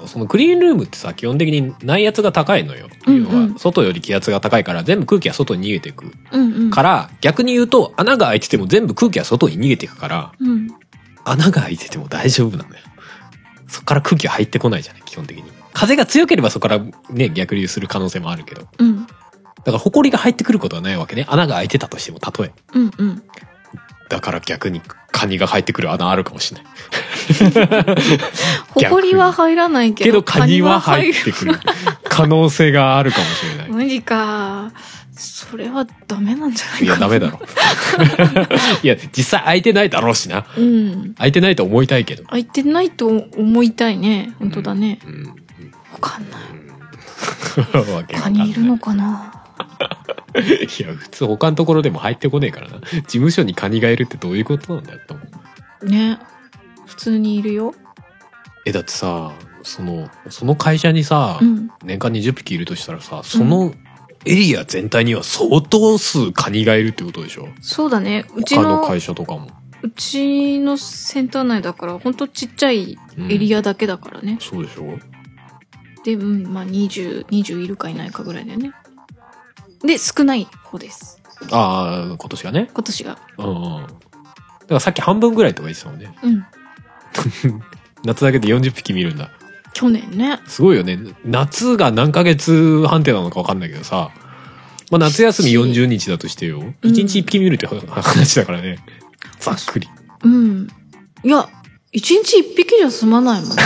そのクリーンルームってさ基本的に内圧が高いのよ、うんうん、要は外より気圧が高いから全部空気が外に逃げていくから、うんうん、逆に言うと穴が開いてても全部空気が外に逃げていくから、うん、穴が開いてても大丈夫なのよ。そこから空気が入ってこないじゃない基本的に。風が強ければそこからね逆流する可能性もあるけど、うん、だから埃が入ってくることはないわけね。穴が開いてたとしてもたとえ、うんうん、だから逆にカニが入ってくる穴あるかもしれない埃は入らないけどけどカニは入ってくる可能性があるかもしれない。 無理か。それはダメなんじゃないか。 いやダメだろいや実際開いてないだろうしな、うん、開いてないと思いたいけど。 開いてないと思いたいね。本当だね、うんうん、分かんない、うん、カニいるのかな。 いや普通他のところでも入ってこねえからな。事務所にカニがいるってどういうことなんだよと思うね。普通にいるよ。 えだってさそのその会社にさ、うん、年間にじゅっぴきいるとしたらさそのエリア全体には相当数カニがいるってことでしょ。 そうだね。うちの他の会社とかもうちのセンター内だからほんとちっちゃいエリアだけだからね、 うん、そうでしょ。 で、うん、まあにじゅう、にじゅういるかいないかぐらいだよね。で少ない方です。 ああ今年がね。 今年がうんうん。だからさっき半分ぐらいとか言ってたもんね。うん夏だけでよんじゅっぴき見るんだ。 去年ね。 すごいよね。夏が何ヶ月判定なのか分かんないけどさ、まあ、夏休みよんじゅうにちだとしてよ、うん、いちにちいっぴき見るって話だからね。ざっくり。 うん。いやいちにちいっぴきじゃ済まないもんね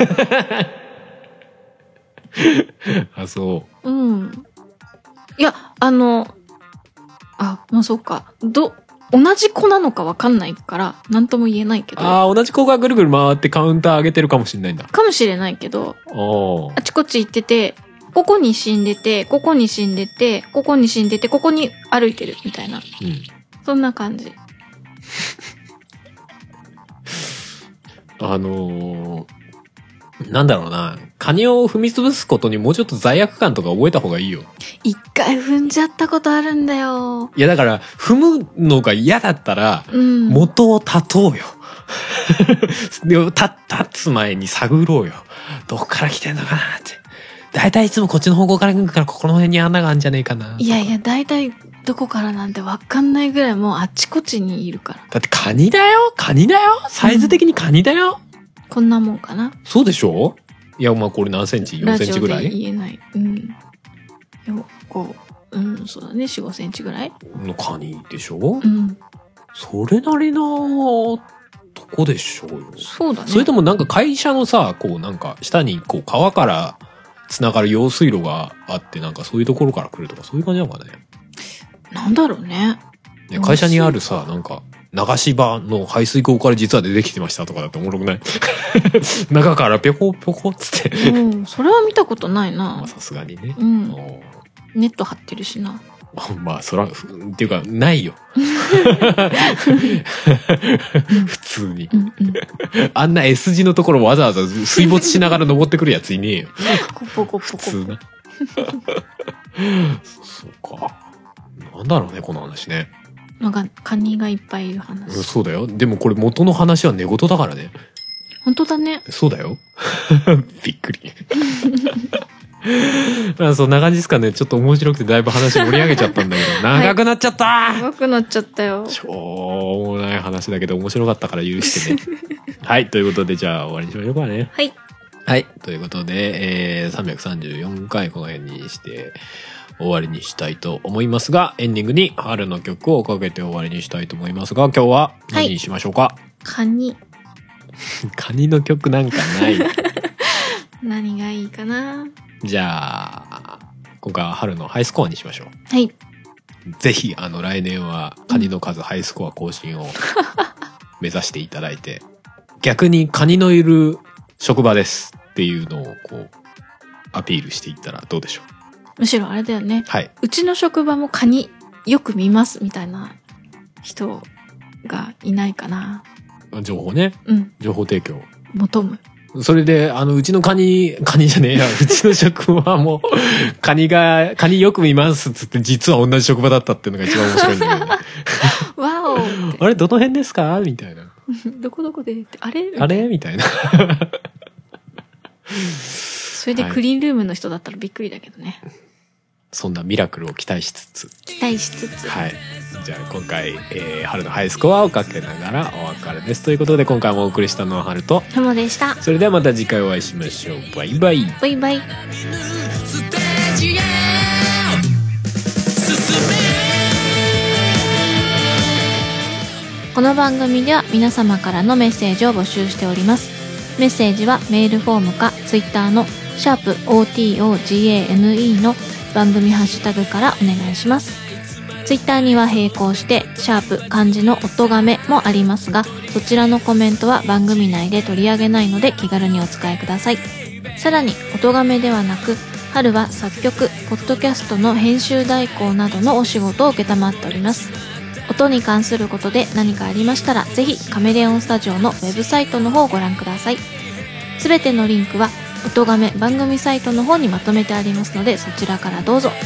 あそう。うんいやあのあまあそうかど同じ子なのか分かんないから何とも言えないけど。 ああ同じ子がぐるぐる回ってカウンター上げてるかもしれないんだ。 かもしれないけどあちこち行っててここに死んでてここに死んでてここに死んでてここに歩いてるみたいな、うん、そんな感じあのー、なんだろうなカニを踏み潰すことにもうちょっと罪悪感とか覚えた方がいいよ。一回踏んじゃったことあるんだよ。 いやだから踏むのが嫌だったら元を断とうよ、うん、で立つ前に探ろうよ。どっから来てんのかなって。だいたいいつもこっちの方向から来るからここの辺に穴があるんじゃねえかな。 いやいやだいたいどこからなんて分かんないぐらいもうあっちこっちにいるから。 だってカニだよカニだよサイズ的にカニだよ、 うん、こんなもんかな。 そうでしょ。いやまあこれ何センチよんセンチぐらい。 ラジオで言えない。うんよこううんそうだね よん、ごセンチぐらいのカニでしょ。うんそれなりなとこでしょうよ。 そうだね。 それともなんか会社のさこうなんか下にこう川からつながる用水路があってなんかそういうところから来るとかそういう感じなのかね。 なんだろうね。 ね会社にあるさなんか流し場の排水口から実は出てきてましたとかだっておもろくない？中からぴょこぴょこっつって、 うん、それは見たことないな。 さすがにね、 うん、ネット張ってるしな。 まあそらっていうかないよ普通に、うんうん、あんな S 字のところわざわざ水没しながら登ってくるやついねえよコポコポコ普通なそうかなんだろうねこの話ね。 なんかカニがいっぱいいる話。 そうだよ。でもこれ元の話は寝言だからね。 本当だね。 そうだよびっくりまあそんな感じですかね。ちょっと面白くてだいぶ話盛り上げちゃったんだけど長くなっちゃった、はい、 長くなっちゃったよ。 しょうもない話だけど面白かったから許してねはいということでじゃあ終わりにしましょうかね。 はいはいということで、えー、さんびゃくさんじゅうよんかいこの辺にして終わりにしたいと思いますがエンディングに春の曲をかけて終わりにしたいと思いますが今日は何にしましょうか。はい、 カニカニの曲なんかない何がいいかな。 じゃあ今回は春のハイスコアにしましょう。 はい。 ぜひあの来年はカニの数、うん、ハイスコア更新を目指していただいて逆にカニのいる職場ですっていうのをこうアピールしていったらどうでしょう。 むしろあれだよね、 はい、 うちの職場もカニよく見ますみたいな人がいないかな。 情報ね、うん、情報提供求む。 それであのうちのカニカニじゃねえやうちの職場はもうカニがカニよく見ますっつって実は同じ職場だったっていうのが一番面白いんだけどねわおあれどの辺ですかみたいなどこどこでってあれあれみたいなそれでクリーンルームの人だったらびっくりだけどね、はい、 そんなミラクルを期待しつつ期待しつつはい。じゃあ今回、えー、春のハイスコアをかけながらお別れですということで、今回もお送りしたのは春とハモでした。 それではまた次回お会いしましょう。バイバイバイバイ。この番組では皆様からのメッセージを募集しております。メッセージはメールフォームかツイッターのシャープ オーティーオージーエーエヌイー の番組ハッシュタグからお願いします。ツイッターには並行してシャープ漢字の音がめもありますが、そちらのコメントは番組内で取り上げないので気軽にお使いください。さらに音がめではなく、春は作曲、ポッドキャストの編集代行などのお仕事を承っております。音に関することで何かありましたら、ぜひカメレオンスタジオのウェブサイトの方をご覧ください。すべてのリンクは音がめ番組サイトの方にまとめてありますので、そちらからどうぞ。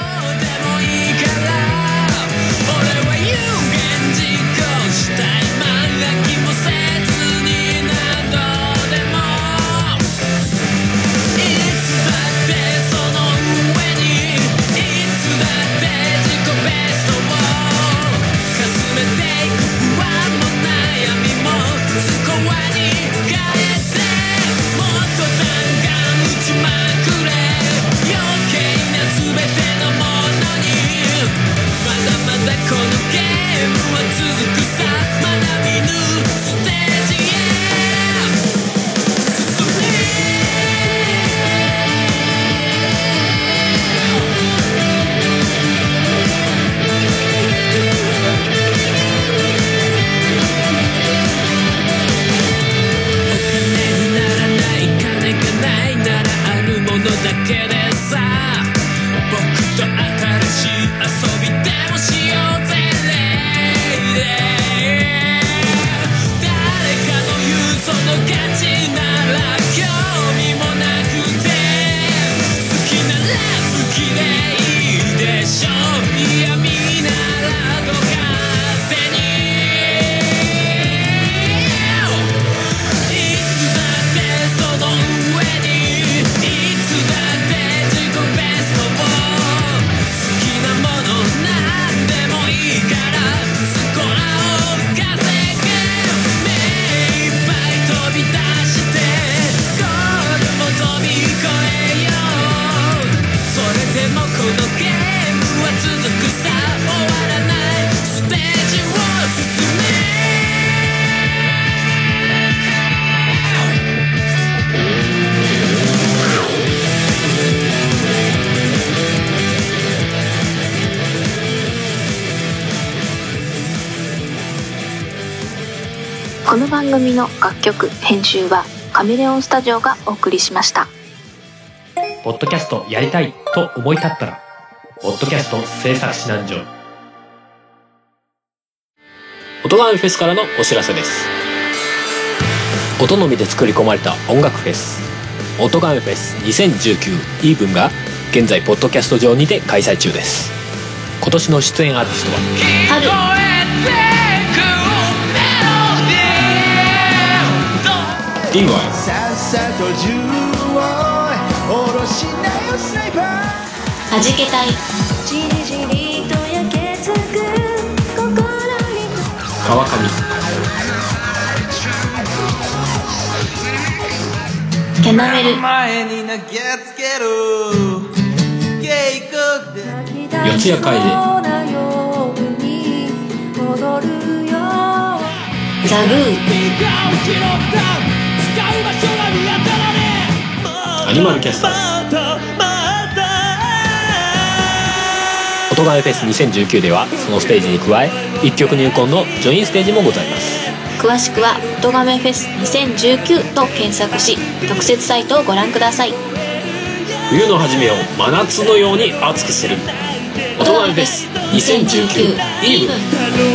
この番組の楽曲編集はカメレオンスタジオがお送りしました。 ポッドキャストやりたいと思い立ったらポッドキャスト制作指南所。音がめフェスからのお知らせです。音のみで作り込まれた音楽フェス、音がめフェスにせんじゅうきゅうイーブンが現在ポッドキャスト上にて開催中です。今年の出演アーティストは春、 リンゴははじけたい、 川上、 キャナメル、 四谷楓、 ザグー、 アニマルキャスターズ。音がめフェスにせんじゅうきゅうではそのステージに加え一曲入魂のジョインステージもございます。 詳しくは音がめフェスにせんじゅうきゅうと検索し特設サイトをご覧ください。 冬の初めを真夏のように熱くする音がめフェスにせんじゅうきゅうイーブン。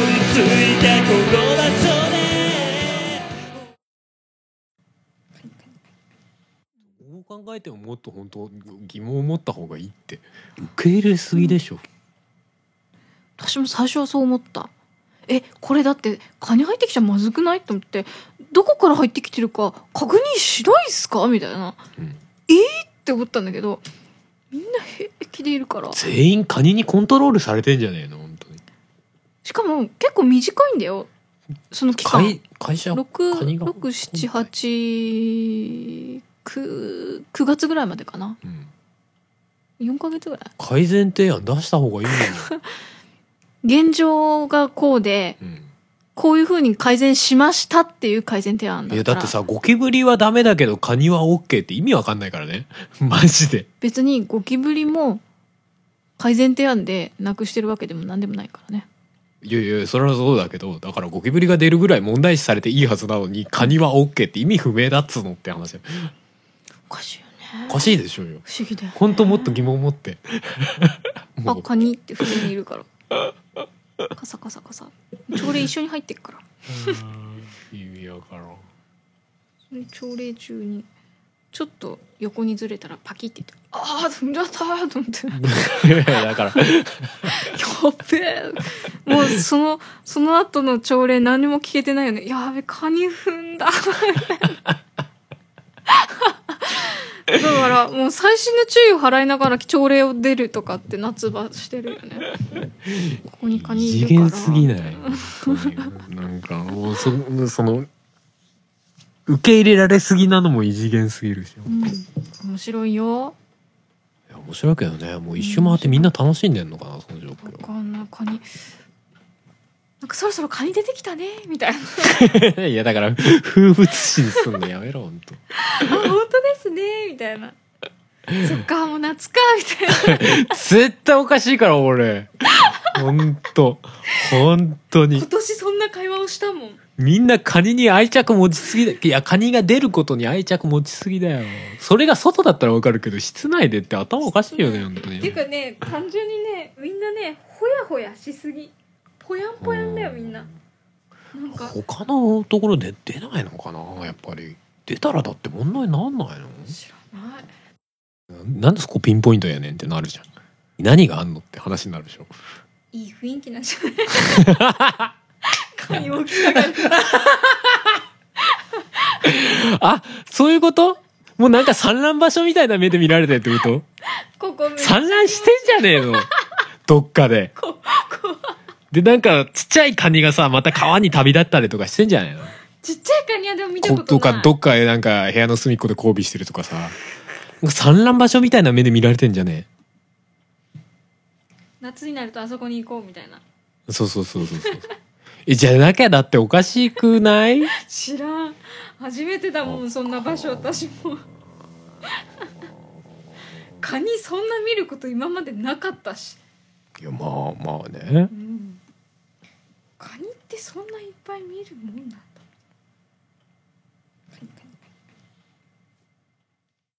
どう考えてももっと本当疑問を持った方がいいって受け入れすぎでしょ。 私も最初はそう思った。え、これだってカニ入ってきちゃまずくないと思って、どこから入ってきてるか確認しないっすかみたいな、うん、えー、 って思ったんだけど、みんな平気でいるから。 全員カニにコントロールされてんじゃねえの本当に。 しかも結構短いんだよその期間。 会会社ろく、ろく、しち、はち、く、くがつぐらいまでかな、うん、よんかげつぐらい。 改善提案出した方がいいのよ現状がこうで、うん、こういう風に改善しましたっていう改善提案だったら。いやだってさ、ゴキブリはダメだけどカニは OK って意味わかんないからねマジで。 別にゴキブリも改善提案でなくしてるわけでもなんでもないからね。 いやいやそれはそうだけど、だからゴキブリが出るぐらい問題視されていいはずなのにカニは OK って意味不明だっつうのって話。 おかしいよね。 おかしいでしょうよ。 不思議だよね。 本当もっと疑問持ってあ、カニって普通にいるからカサカサカサ朝礼一緒に入ってっから意味わからん。 朝礼中にちょっと横にずれたらパキって言って「ああ踏んじゃった」と思っていやだからやべえ、もうそのその後の朝礼何も聞けてないよね。やべカニ踏んだだからもう細心の注意を払いながら朝礼を出るとかって夏場してるよねここにカニいるから。 異次元すぎないなんかもう そ, その受け入れられすぎなのも異次元すぎるし、 うん、面白いよ。 いや面白いけどね、もう一周回ってみんな楽しんでんのかなその状況。 わかんない。カニなんかそろそろカニ出てきたねみたいな。 いやだから風物詩にすんのやめろ本当。 あ本当ですねみたいな。そっかもう夏かみたいな。 絶対おかしいから俺。本当本当に。 今年そんな会話をしたもん。 みんなカニに愛着持ちすぎだ。いやカニが出ることに愛着持ちすぎだよ。それが外だったらわかるけど室内でって頭おかしいよね本当に。 っていうかね単純にねみんなねほやほやしすぎ。ぽやんぽやんだよみんな。なんか他のところで出ないのかなやっぱり。出たらだって問題なんないの？ 知らない。 なんでそこピンポイントやねんってなるじゃん。何があんのって話になるでしょ。 いい雰囲気なんじゃないカニ大きさがあ、そういうこと？もうなんか産卵場所みたいな目で見られてるってこと？ ここ産卵してんじゃねえのどっかで。ここでなんかちっちゃいカニがさまた川に旅立ったりとかしてんじゃないの？ ちっちゃいカニはでも見たことない。 とかどっかでなんか部屋の隅っこで交尾してるとかさ、産卵場所みたいな目で見られてんじゃねえ。夏になるとあそこに行こうみたいな。 そうそうそうそうそうえじゃなきゃだっておかしくない？ 知らん。初めてだもんそんな場所私もカニそんな見ること今までなかったし。 いやまあまあね、 うん、カニってそんないっぱい見るもんなんだ。